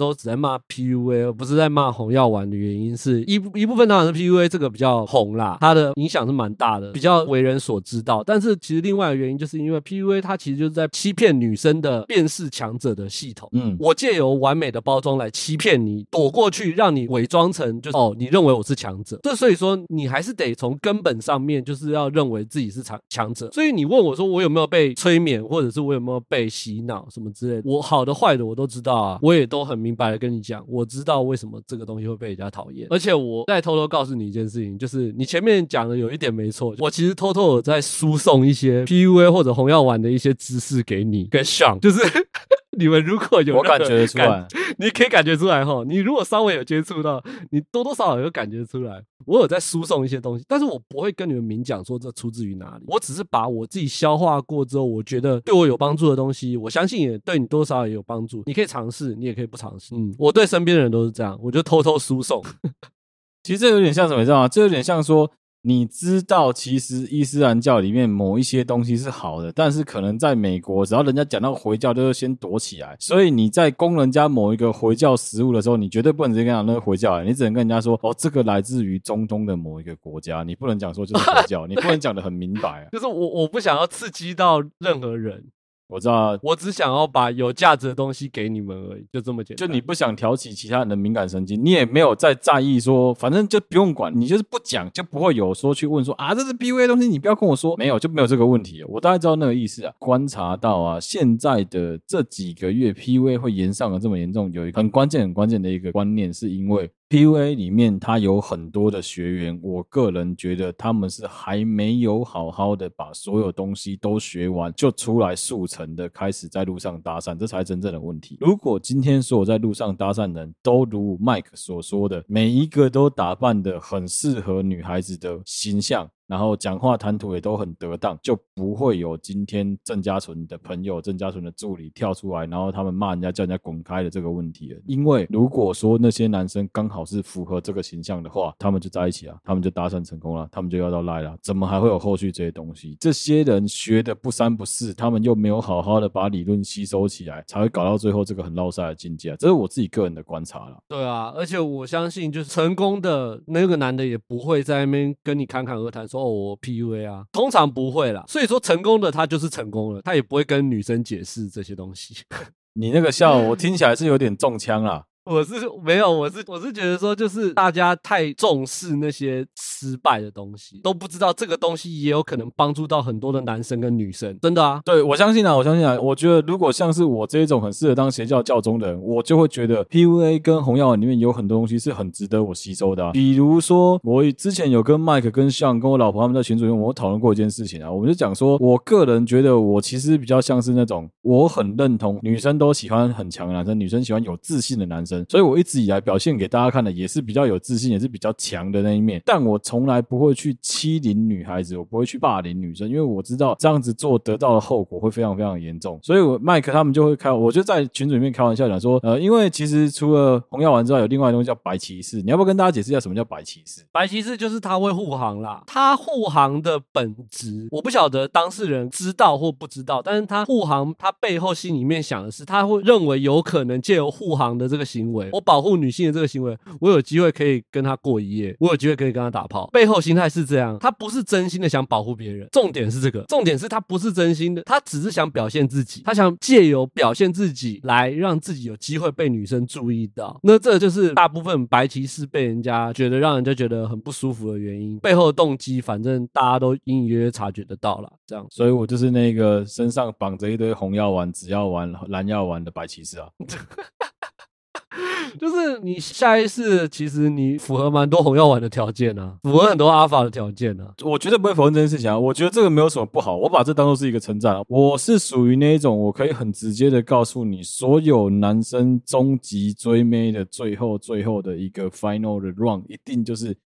都只在骂 P U A 而不是在骂红药丸的原因是一一部分当然是 P U A 这个比较红啦，它的影响是蛮大的，比较为人所知道。但是其实另外的原因就是因为 P U A 它其实就是在欺骗女生的辨识强者的系统。嗯，我借由完美的包装来欺骗你，躲过去让你伪装成就是哦，你认为我是强者。这所以说你还是得从根本上面就是要认为自己是强强者。所以你问我说我有没有被催眠，或者是我有没有被洗脑什么之类的，我好的坏的我都知道啊，我也都很明白的跟你讲，我知道为什么这个东西会被人家讨厌。而且我再偷偷告诉你一件事情，就是你前面讲的有一点没错，我其实偷偷有在输送一些 P U A 或者红药丸的一些知识给你跟 Sean， 就是你们如果有我感觉得出来， 你可以感觉出来齁，你如果稍微有接触到，你多多少少有感觉出来我有在输送一些东西，但是我不会跟你们明讲说这出自于哪里，我只是把我自己消化过之后我觉得对我有帮助的东西，我相信也对你多少也有帮助，你可以尝试你也可以不尝试。嗯，我对身边的人都是这样，我就偷偷输送其实这有点像什么你知道吗？这有点像说你知道其实伊斯兰教里面某一些东西是好的，但是可能在美国只要人家讲到回教就会先躲起来，所以你在供人家某一个回教食物的时候，你绝对不能直接跟他讲那个回教来，你只能跟人家说哦，这个来自于中东的某一个国家，你不能讲说就是回教你不能讲得很明白、啊、 就是我我不想要刺激到任何人， 我知道， 我只想要把有价值的东西给你们而已，就这么简单。 就你不想挑起其他人的敏感神经，你也没有在在意说，反正就不用管，你就是不讲，就不会有说去问说啊，这是 P U A 的东西，你不要跟我说，没有就没有这个问题。我大概知道那个意思啊。观察到啊，现在的这几个月 P U A 会延上的这么严重，有一个很关键、很关键的一个观念，是因为 P U A 里面它有很多的学员，我个人觉得他们是还没有好好的把所有东西都学完，就出来速成的开始在路上搭讪，这才是真正的问题。如果今天所有在路上搭讪的人都如 Mike 所说的，每一个都打扮得很适合女孩子的形象，然后讲话谈吐也都很得当，就不会有今天郑家纯的朋友、郑家纯的助理跳出来，然后他们骂人家叫人家滚开的这个问题了。因为如果说那些男生刚好是符合这个形象的话，他们就在一起了，他们就搭讪成功了，他们就要到赖了，怎么还会有后续这些东西？这些人学的不三不四，他们又没有好好的把理论吸收起来，才会搞到最后这个很落赛的境界。这是我自己个人的观察啦。 对啊，而且我相信就是成功的那个男的也不会在那边跟你侃侃而谈说哦我 P U A 啊，通常不会啦。所以说成功的他就是成功了，他也不会跟女生解释这些东西。 你那个笑我听起来是有点中枪啦。 我是没有，我是我是觉得说，就是大家太重视那些失败的东西，都不知道这个东西也有可能帮助到很多的男生跟女生，真的啊。 对，我相信啊，我相信啊。我觉得如果像是我这一种很适合当邪教教宗的人，我就会觉得 P U A 跟红药丸里面有很多东西是很值得我吸收的啊。比如说，我之前有跟 Mike 跟 Sean 跟我老婆他们在群组里面，我讨论过一件事情啊，我们就讲说，我个人觉得我其实比较像是那种，我很认同女生都喜欢很强的男生，女生喜欢有自信的男生。所以我一直以来表现给大家看的也是比较有自信，也是比较强的那一面，但我从来不会去欺凌女孩子，我不会去霸凌女生，因为我知道这样子做得到的后果会非常非常严重。所以我麦克他们就会开，我就在群组里面开玩笑讲说，呃，因为其实除了红药丸之外，有另外一个东西叫白骑士，你要不要跟大家解释一下什么叫白骑士？ 白骑士就是他会护航啦，他护航的本质我不晓得当事人知道或不知道，但是他护航他背后心里面想的是，他会认为有可能借由护航的这个行为，我保护女性的这个行为，我有机会可以跟他过一夜，我有机会可以跟他打炮，背后心态是这样，他不是真心的想保护别人，重点是这个，重点是他不是真心的，他只是想表现自己，他想借由表现自己来让自己有机会被女生注意到，那这就是大部分白骑士被人家觉得让人家觉得很不舒服的原因，背后的动机反正大家都隐隐约约察觉得到了，这样， 所以我就是那个身上绑着一堆红药丸、紫药丸、蓝药丸的白骑士啊。 就是你下一次其实你符合蛮多红药丸的条件啊，符合很多阿法的条件啊。 我绝对不会否认这件事情啊，我觉得这个没有什么不好，我把这当作是一个称赞啊。我是属于那一种我可以很直接的告诉你，所有男生终极追妹的最后最后的一个 final 的 run 一定就是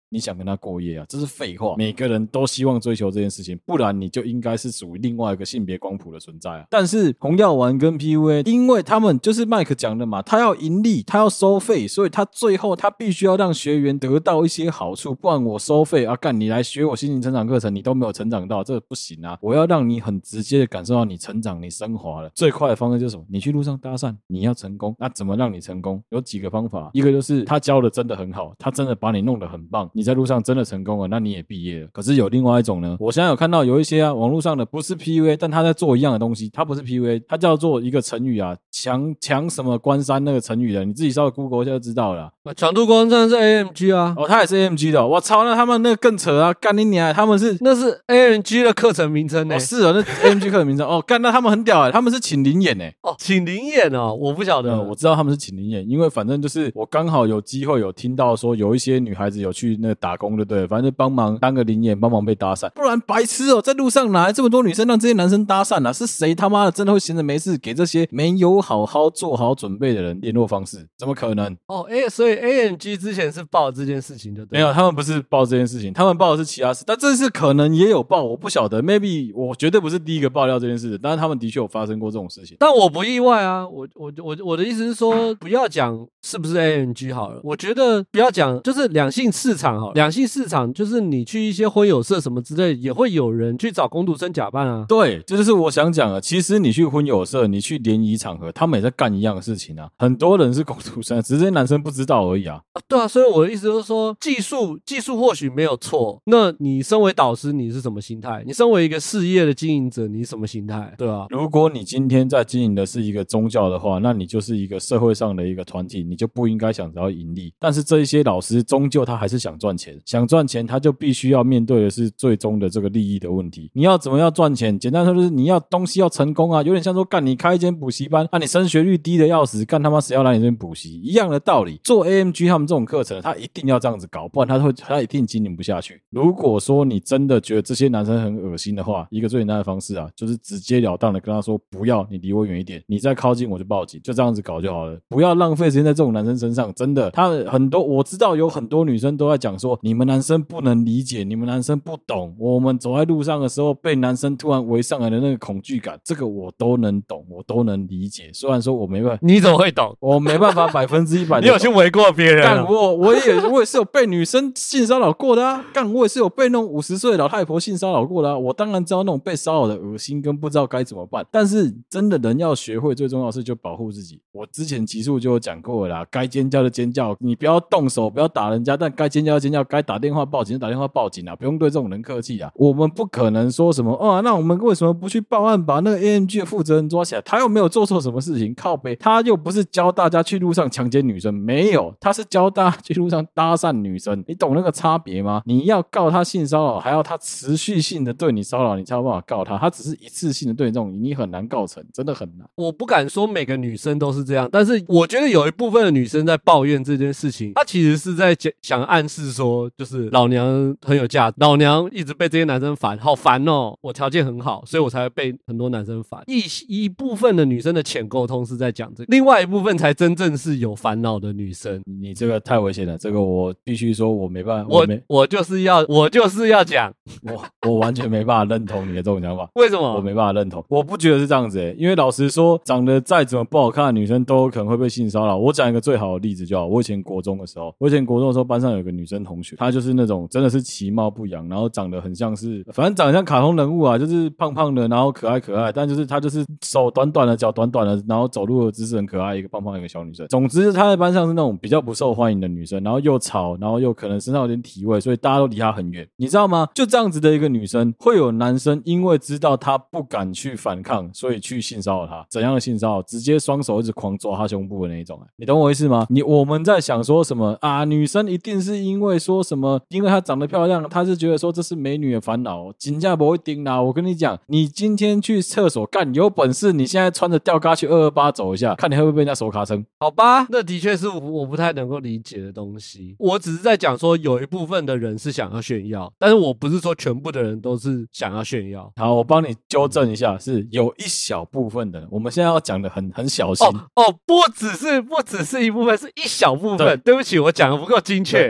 你想跟他过夜啊，这是废话。每个人都希望追求这件事情，不然你就应该是属于另外一个性别光谱的存在啊。但是红药丸跟 P U A， 因为他们就是麦克讲的嘛，他要盈利，他要收费，所以他最后他必须要让学员得到一些好处，不然我收费啊，干你来学我心灵成长课程，你都没有成长到，这个不行啊！我要让你很直接的感受到你成长，你升华了。最快的方式就是什么？你去路上搭讪，你要成功，那怎么让你成功？有几个方法，一个就是他教的真的很好，他真的把你弄得很棒，你在路上真的成功了，那你也毕业了。可是有另外一种呢，我现在有看到有一些啊，网络上的不是 P U A， 但他在做一样的东西，他不是 P U A， 他叫做一个成语啊，强强什么关山那个成语的，你自己稍微 Google 一下就知道了啦。 强度关山是 A M G 啊， 哦，他也是 A M G 的、哦，我操，那他们那个更扯啊，干你娘，他们是那是 A M G 的课程名称呢、欸哦，是啊，那 A M G 课程名称哦，干，那他们很屌哎，他们是请灵演哎， 哦，请灵演哦，我不晓得、 嗯，我知道他们是请灵演，因为反正就是我刚好有机会有听到说有一些女孩子有去那个打工，对不对？反正就帮忙当个灵演，帮忙被搭讪，不然白痴哦，在路上哪来这么多女生让这些男生搭讪啊？是谁他妈的真的会闲着没事给这些没有好好做好准备的人联络方式？怎么可能？ 哦，哎，所以 A M G 之前是报这件事情的， 没有，他们不是报这件事情，他们报的是其他事，但这次可能也有报，我不晓得 ，maybe 我绝对不是第一个爆料这件事的，但是他们的确有发生过这种事情， 但我不意外啊，我我我我的意思是说，不要讲是不是 A M G 好了，我觉得不要讲，就是两性市场好了，两性市场就是你去一些婚友社什么之类，也会有人去找工读生假扮啊。 对，这就是我想讲的。其实你去婚友社，你去联谊场合，他们也在干一样的事情啊。很多人是工读生，只是这些男生不知道而已啊。 啊对啊，所以我的意思就是说，技术技术或许没有错，那你身为导师，你是什么心态？你身为一个事业的经营者，你是什么心态？对啊， 如果你今天在经营的是一个宗教的话，那你就是一个社会上的一个团体，你就不应该想着要盈利。但是这一些老师终究他还是想赚钱，想赚钱他就必须要面对的是最终的这个利益的问题。你要怎么样赚钱？简单说就是你要东西要成功啊，有点像说干你开一间补习班，啊你升学率低的要死，干他妈谁要来你这边补习？一样的道理，做 A M G 他们这种课程，他一定要这样子搞，不然他会他一定经营不下去。如果说你真的觉得这些男生很恶心的话，一个最简单的方式啊，就是直截了当的跟他说不要，你离我远一点，你再靠近我就报警，就这样子搞就好了，不要浪费时间在这种男生身上。真的，他很多我知道有很多女生都在讲说，你们男生不能理解，你们男生不懂，我们走在路上的时候被男生突然围上来的那个恐惧感，这个我都能懂，我都能理解。虽然说我没办法， 你怎么会懂？ 我没办法百分之一百。 你有去围过别人、啊？ 干我我也我也是有被女生性骚扰过的啊！干我也是有被那种五十岁的老太婆性骚扰过的啊！我当然知道那种被骚扰的恶心跟不知道该怎么办，但是真的人要学会最重要的是就保护自己。我之前集数就有讲过了啦，该尖叫就尖叫，你不要动手，不要打人家，但该尖叫就尖叫，该打电话报警就打电话报警啊，不用对这种人客气啊。我们不可能说什么哦，那我们为什么不去报案把那个 A M G 的负责人抓起来？他又没有做错什么事情，靠北，他又不是教大家去路上强奸女生，没有，他是教大家去路上搭讪女生，你懂那个差别吗？你要告他性骚扰，还要他持续性的对你骚扰，你才有办法告他。他只是一次性的对你这种，你很难告成，真的很难。 我不敢说每个女生都是这样，但是我觉得有一部分的女生在抱怨这件事情，她其实是在想暗示说，就是老娘很有价值，老娘一直被这些男生烦，好烦哦，我条件很好，所以我才会被很多男生烦。一一部分的女生的浅沟通是在讲这个，另外一部分才真正是有烦恼的女生。 你这个太危险了，这个我必须说我没办法， 我我没我就是要我就是要讲， 我我完全没办法认同你的这种想法。 为什么？ 我没办法认同，我不觉得是这样子诶、欸，因为老实说，长得再怎么不好看的女生都有可能会被性骚扰。我讲一个最好的例子就好，我以前国中的时候，我以前国中的时候，班上有个女生同学，她就是那种真的是其貌不扬，然后长得很像是，反正长得像卡通人物啊，就是胖胖的，然后可爱可爱，但就是她就是手短短的，脚短短的，然后走路的姿势很可爱，一个胖胖的一个小女生。总之，她在班上是那种比较不受欢迎的女生，然后又吵，然后又可能身上有点体味，所以大家都离她很远。你知道吗？就这样子的一个女生，会有男生因为知道她不敢去反抗，所以去性骚扰她。怎样的性骚扰？直接双手一直狂抓她胸部的那一种、欸。你懂我意思吗？你我们在想说什么啊？女生一定是因为说什么？因为她长得漂亮，她是觉得说这是美女的烦恼。真的不一定啦！我跟你讲，你今天去厕所干，有本事你现在穿着吊嘎去二二八走一下，看你会不会被人家手卡称？ 好吧，那的确是我不太能够理解的东西。我只是在讲说，有一部分的人是想要炫耀，但是我不是说全部的人都是想要炫耀。 好，我帮你纠正一下，是有一小部分的人。我们现在要讲的很很小心哦哦，不只是不只是一部分，是一小部分。对，对不起，我讲的不够精确，一小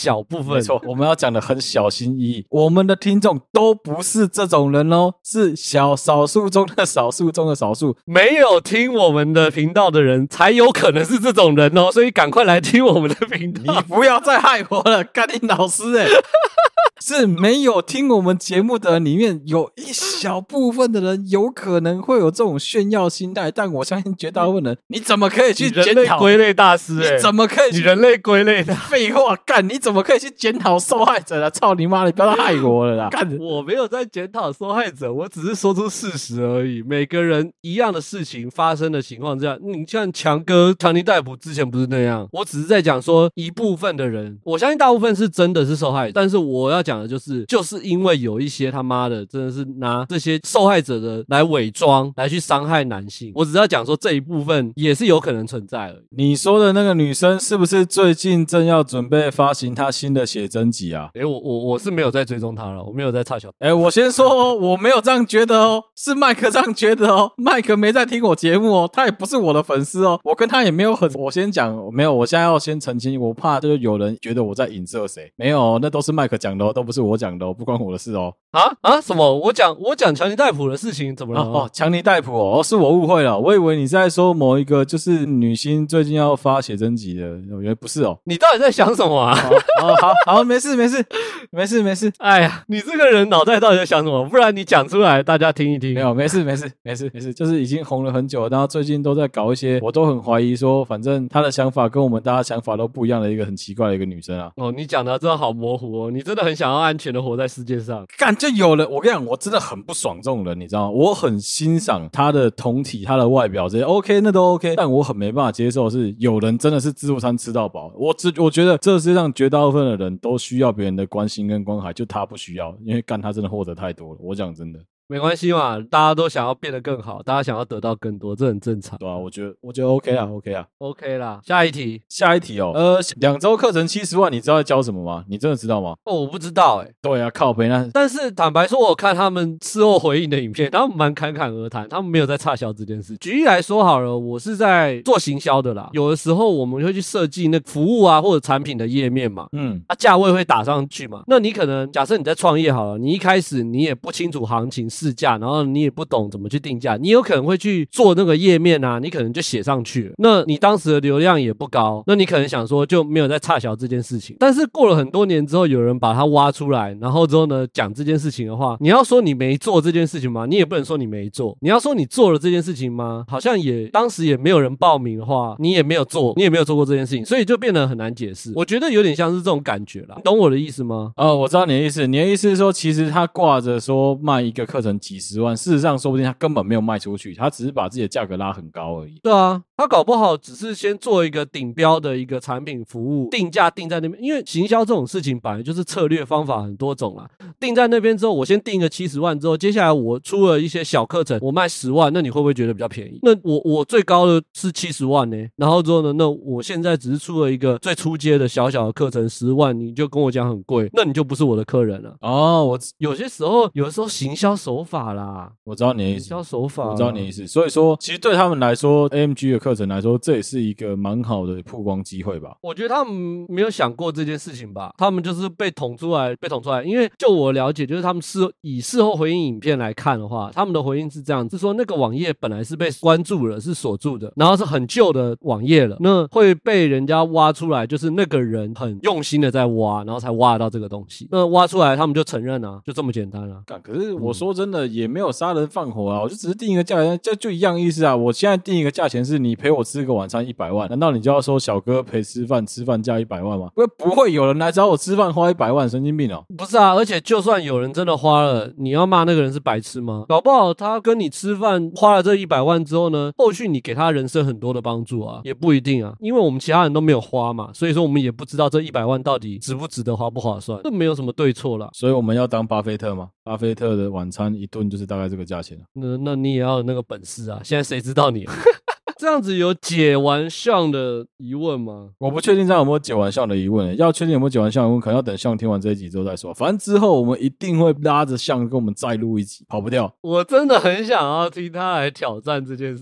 小部分。 没错，我们要讲的很小心翼翼，我们的听众都不是这种人哦，是小少数中的少数中的少数， 没有听我们的频道的人才有可能是这种人哦，所以赶快来听我们的频道。 你不要再害我了，干你老师哎、欸！是没有听我们节目的人里面有一小部分的人有可能会有这种炫耀心态，但我相信绝大部分人，你怎么可以去检讨？ 人类归类大师、欸， 你怎么可以去？ 你人类归类的废话，干你怎么可以去检讨受害者呢？操你妈！你不要再害我了啦！干， 我没有在检讨受害者，我只是说出事实而已。每个人一样的事情发生的情况这样，你像强哥、强尼戴普之前不是那样，我只是在讲说一部分的人，我相信大部分是真的是受害者，但是我要讲的就是，就是因为有一些他妈的真的是拿这些受害者的来伪装，来去伤害男性。我只是要讲说这一部分也是有可能存在而已。 你说的那个女生是不是最近正要准备发行她新的写真集啊？ 诶，我我我是没有在追踪她了，我没有在插小。 诶，我先说哦，我没有这样觉得哦，是麦克这样觉得哦。麦克没在听我节目哦，他也不是我的粉丝哦，我跟他也没有很……我先讲，没有，我现在要先澄清，我怕就是有人觉得我在影射谁，没有，那都是麦克讲的哦，都不是我讲的哦，不关我的事哦。 啊啊！什么？我讲我讲强尼戴普的事情怎么了？ 哦，哦强尼戴普哦，是我误会了，我以为你是在说某一个就是女星最近要发写真集的，我觉得不是哦。 你到底在想什么啊？ 哦，好好，没事没事没事没事。 哎呀，你这个人脑袋到底在想什么？不然你讲出来，大家听一听。 没有，没事没事没事没事，就是已经红了很久了，然后最近都在搞一些，我都很怀疑说，反正她的想法跟我们大家想法都不一样的一个很奇怪的一个女生啊。 哦，你讲的真的好模糊哦，你真的很想要安全的活在世界上。 干就有人，我跟你讲，我真的很不爽这种人，你知道吗？我很欣赏她的酮体、她的外表这些 ，OK， 那都 OK， 但我很没办法接受的是有人真的是自助餐吃到饱。我只我觉得这世界上绝大部分的人都需要别人的关心跟关怀，就他不需要，因为干他真的获得太多了。我讲真的。 没关系嘛，大家都想要变得更好，大家想要得到更多，这很正常。 对啊，我觉得我觉得 OK 啊 ，OK 啊 ，OK 啦。下一题， 下一题哦，呃，两周课程七十万，你知道在教什么吗？你真的知道吗？ 哦，我不知道哎、欸。 对啊，靠北那。 但是坦白说，我看他们事后回应的影片，他们蛮侃侃而谈，他们没有在插销这件事。举例来说好了，我是在做行销的啦，有的时候我们会去设计那服务啊或者产品的页面嘛，嗯，啊价位会打上去嘛。那你可能假设你在创业好了，你一开始你也不清楚行情市价，然后你。你也不懂怎么去定价，你有可能会去做那个页面啊，你可能就写上去了。那你当时的流量也不高，那你可能想说就没有在插销这件事情。但是过了很多年之后，有人把它挖出来，然后之后呢讲这件事情的话，你要说你没做这件事情吗？你也不能说你没做。你要说你做了这件事情吗？好像也当时也没有人报名的话，你也没有做，你也没有做过这件事情，所以就变得很难解释。我觉得有点像是这种感觉啦，你懂我的意思吗？ 哦，我知道你的意思。你的意思是说，其实他挂着说卖一个课程几十万，事实上说不定他根本没有卖出去，他只是把自己的价格拉很高而已。 对啊，他搞不好只是先做一个顶标的一个产品服务，定价定在那边。因为行销这种事情本来就是策略方法很多种啦，定在那边之后，我先定一个七十万之后，接下来我出了一些小课程，我卖十万，那你会不会觉得比较便宜？那我我最高的是七十万呢，然后之后呢，那我现在只是出了一个最初阶的小小的课程十万，你就跟我讲很贵，那你就不是我的客人了。 哦，我有些时候，有的时候行销手法啦， 我知道你的意思， 行销手法， 我知道你的意思。所以说，其实对他们来说 ，A M G 的课程来说，这也是一个蛮好的曝光机会吧。 我觉得他们没有想过这件事情吧，他们就是被捅出来，被捅出来。因为就我了解，就是他们事以事后回应影片来看的话，他们的回应是这样，是说那个网页本来是被关注了，是锁住的，然后是很旧的网页了，那会被人家挖出来，就是那个人很用心的在挖，然后才挖得到这个东西。那挖出来，他们就承认啊，就这么简单啊。 可是我说真的，也没有杀人放火啊，我就只是定一个价钱，就就一样意思啊。我现在定一个价钱是你陪我吃个晚餐一百万，难道你就要说小哥陪吃饭，吃饭价一百万吗？不不会有人来找我吃饭花一百万，神经病哦！ 不是啊，而且就算有人真的花了，你要骂那个人是白痴吗？搞不好他跟你吃饭花了这一百万之后呢，后续你给他人生很多的帮助啊，也不一定啊，因为我们其他人都没有花嘛，所以说我们也不知道这一百万到底值不值得，划不划算，这没有什么对错啦。 所以我们要当巴菲特吗？巴菲特的晚餐一顿就是大概这个价钱啊。 那那你也要有那个本事啊！现在谁知道你？这样子有解完项的疑问吗？ 我不确定这样有没有解完项的疑问，要确定有没有解完项的疑问，可能要等项听完这一集之后再说。反正之后我们一定会拉着项跟我们再录一集，跑不掉。 我真的很想要听他来挑战这件事情。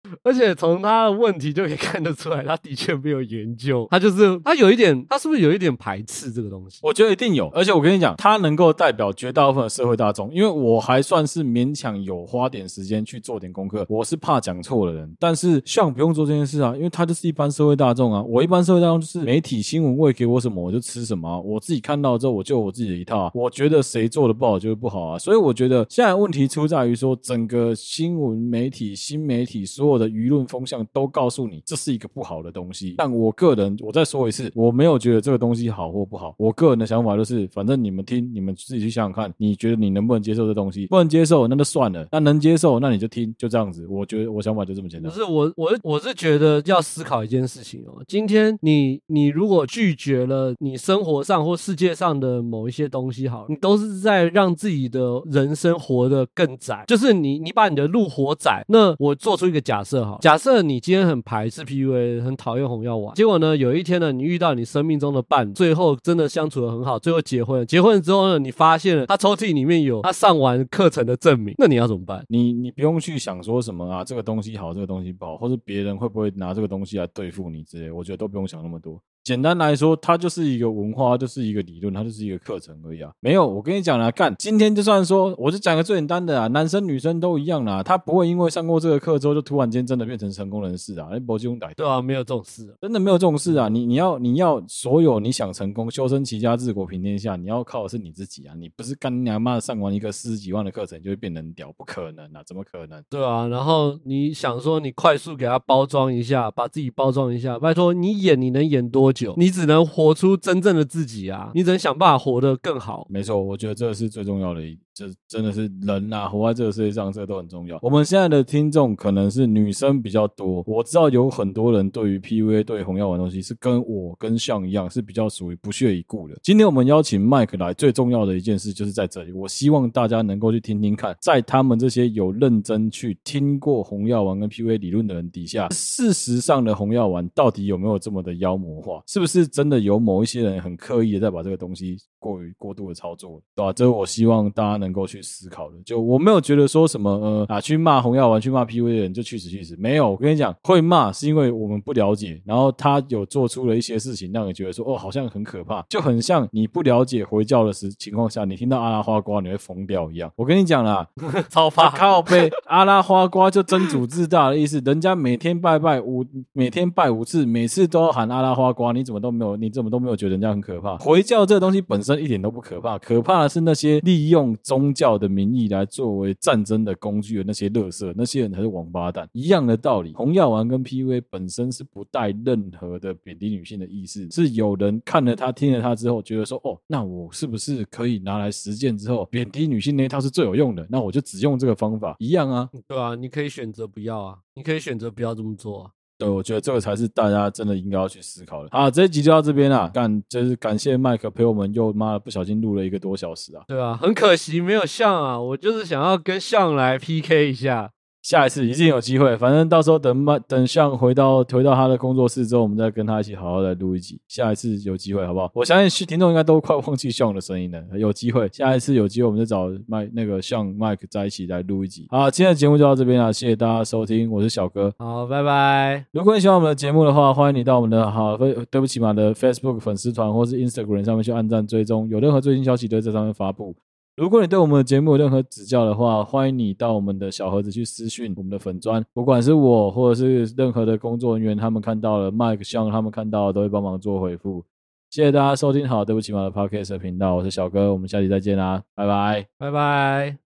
而且从他的问题就可以看得出来，他的确没有研究，他就是他有一点，他是不是有一点排斥这个东西？ 我觉得一定有，而且我跟你讲，他能够代表绝大部分的社会大众，因为我还算是勉强有花点时间去做点功课，我是怕讲错的人，但是像不用做这件事啊，因为他就是一般社会大众啊，我一般社会大众就是媒体新闻喂给我什么我就吃什么啊，我自己看到之后我就有我自己的一套啊，我觉得谁做的不好就是不好啊，所以我觉得现在问题出在于说，整个新闻媒体、新媒体所有的舆论风向都告诉你这是一个不好的东西，但我个人我再说一次，我没有觉得这个东西好或不好，我个人的想法就是反正你们听，你们自己去想想看，你觉得你能不能接受这东西，不能接受那就算了，那能接受那你就听，就这样子，我觉得我想法就这么简单。 不是我我我是觉得要思考一件事情哦，今天你你如果拒绝了你生活上或世界上的某一些东西好，你都是在让自己的人生活得更窄，就是你你把你的路活窄。那我做出一个假设好，假设你今天很排斥 P U A， 很讨厌红药丸，结果呢有一天呢你遇到你生命中的伴，最后真的相处得很好，最后结婚了，结婚之后呢你发现了他抽屉里面有他上完课程的证明，那你要怎么办？ 你你不用去想说什么啊，这个东西好，这个东西不好，或者别人会不会拿这个东西来对付你之类，我觉得都不用想那么多。简单来说，它就是一个文化，就是一个理论，它就是一个课程而已啊。没有，我跟你讲啦，干，今天就算说，我就讲个最简单的啊，男生女生都一样啦，他不会因为上过这个课之后，就突然间真的变成成功人士啊，那不用歹。 对啊，没有这种事、啊， 真的没有这种事啊。你你要你要所有你想成功，修身齐家治国平天下，你要靠的是你自己啊，你不是干你娘妈上完一个四十几万的课程就会变人屌，不可能啊，怎么可能？ 对啊，然后你想说你快速给他包装一下，把自己包装一下，拜托你演你能演多久？你只能活出真正的自己啊！你只能想办法活得更好。 没错，我觉得这是最重要的一，这真的是人啊，活在这个世界上，这个都很重要。我们现在的听众可能是女生比较多，我知道有很多人对于 P U A 对红药丸的东西是跟我跟像一样，是比较属于不屑一顾的。今天我们邀请 Mike 来，最重要的一件事就是在这里，我希望大家能够去听听看，在他们这些有认真去听过红药丸跟 P U A 理论的人底下，事实上的红药丸到底有没有这么的妖魔化？是不是真的有某一些人很刻意的在把这个东西过于过度的操作，对吧、啊？这是我希望大家能够去思考的。就我没有觉得说什么呃啊去骂红药丸、去骂 P U A 的人就去死去死，没有。我跟你讲，会骂是因为我们不了解，然后他有做出了一些事情，让你觉得说哦好像很可怕，就很像你不了解回教的时情况下，你听到阿拉花瓜你会疯掉一样。我跟你讲啦， 超怕靠背阿拉花瓜就真主自大的意思，人家每天拜拜五，每天拜五次，每次都要喊阿拉花瓜，你怎么都没有，你怎么都没有觉得人家很可怕？回教这个东西本身一点都不可怕，可怕的是那些利用宗教的名义来作为战争的工具的那些垃圾，那些人才是王八蛋。一样的道理，红药丸跟 P U A 本身是不带任何的贬低女性的意思，是有人看了他听了他之后觉得说哦，那我是不是可以拿来实践之后贬低女性那一套是最有用的，那我就只用这个方法一样啊。 对啊，你可以选择不要啊，你可以选择不要这么做啊。 对，我觉得这个才是大家真的应该要去思考的。好，这一集就到这边啦，干就是感谢麦克陪我们又妈的不小心录了一个多小时啊。 对啊，很可惜没有象啊，我就是想要跟象来 P K 一下。 下一次一定有机会，反正到时候等等象回到回到他的工作室之后，我们再跟他一起好好来录一集。下一次有机会，好不好？我相信听众应该都快忘记象的声音了。有机会，下一次有机会我们就找麦那个象 Mike 在一起来录一集。好，今天的节目就到这边了，谢谢大家收听，我是小哥。 好，拜拜。 如果你喜欢我们的节目的话，欢迎你到我们的好对不起嘛的 Facebook 粉丝团或是 Instagram 上面去按赞追踪，有任何最新消息都会在上面发布。如果你对我们的节目有任何指教的话，欢迎你到我们的小盒子去私讯我们的粉专，不管是我或者是任何的工作人员，他们看到了 Mike 像他们看到了都会帮忙做回复。谢谢大家收听好对不起嘛的 Podcast 频道，我是小哥，我们下期再见啦，拜拜， 拜拜。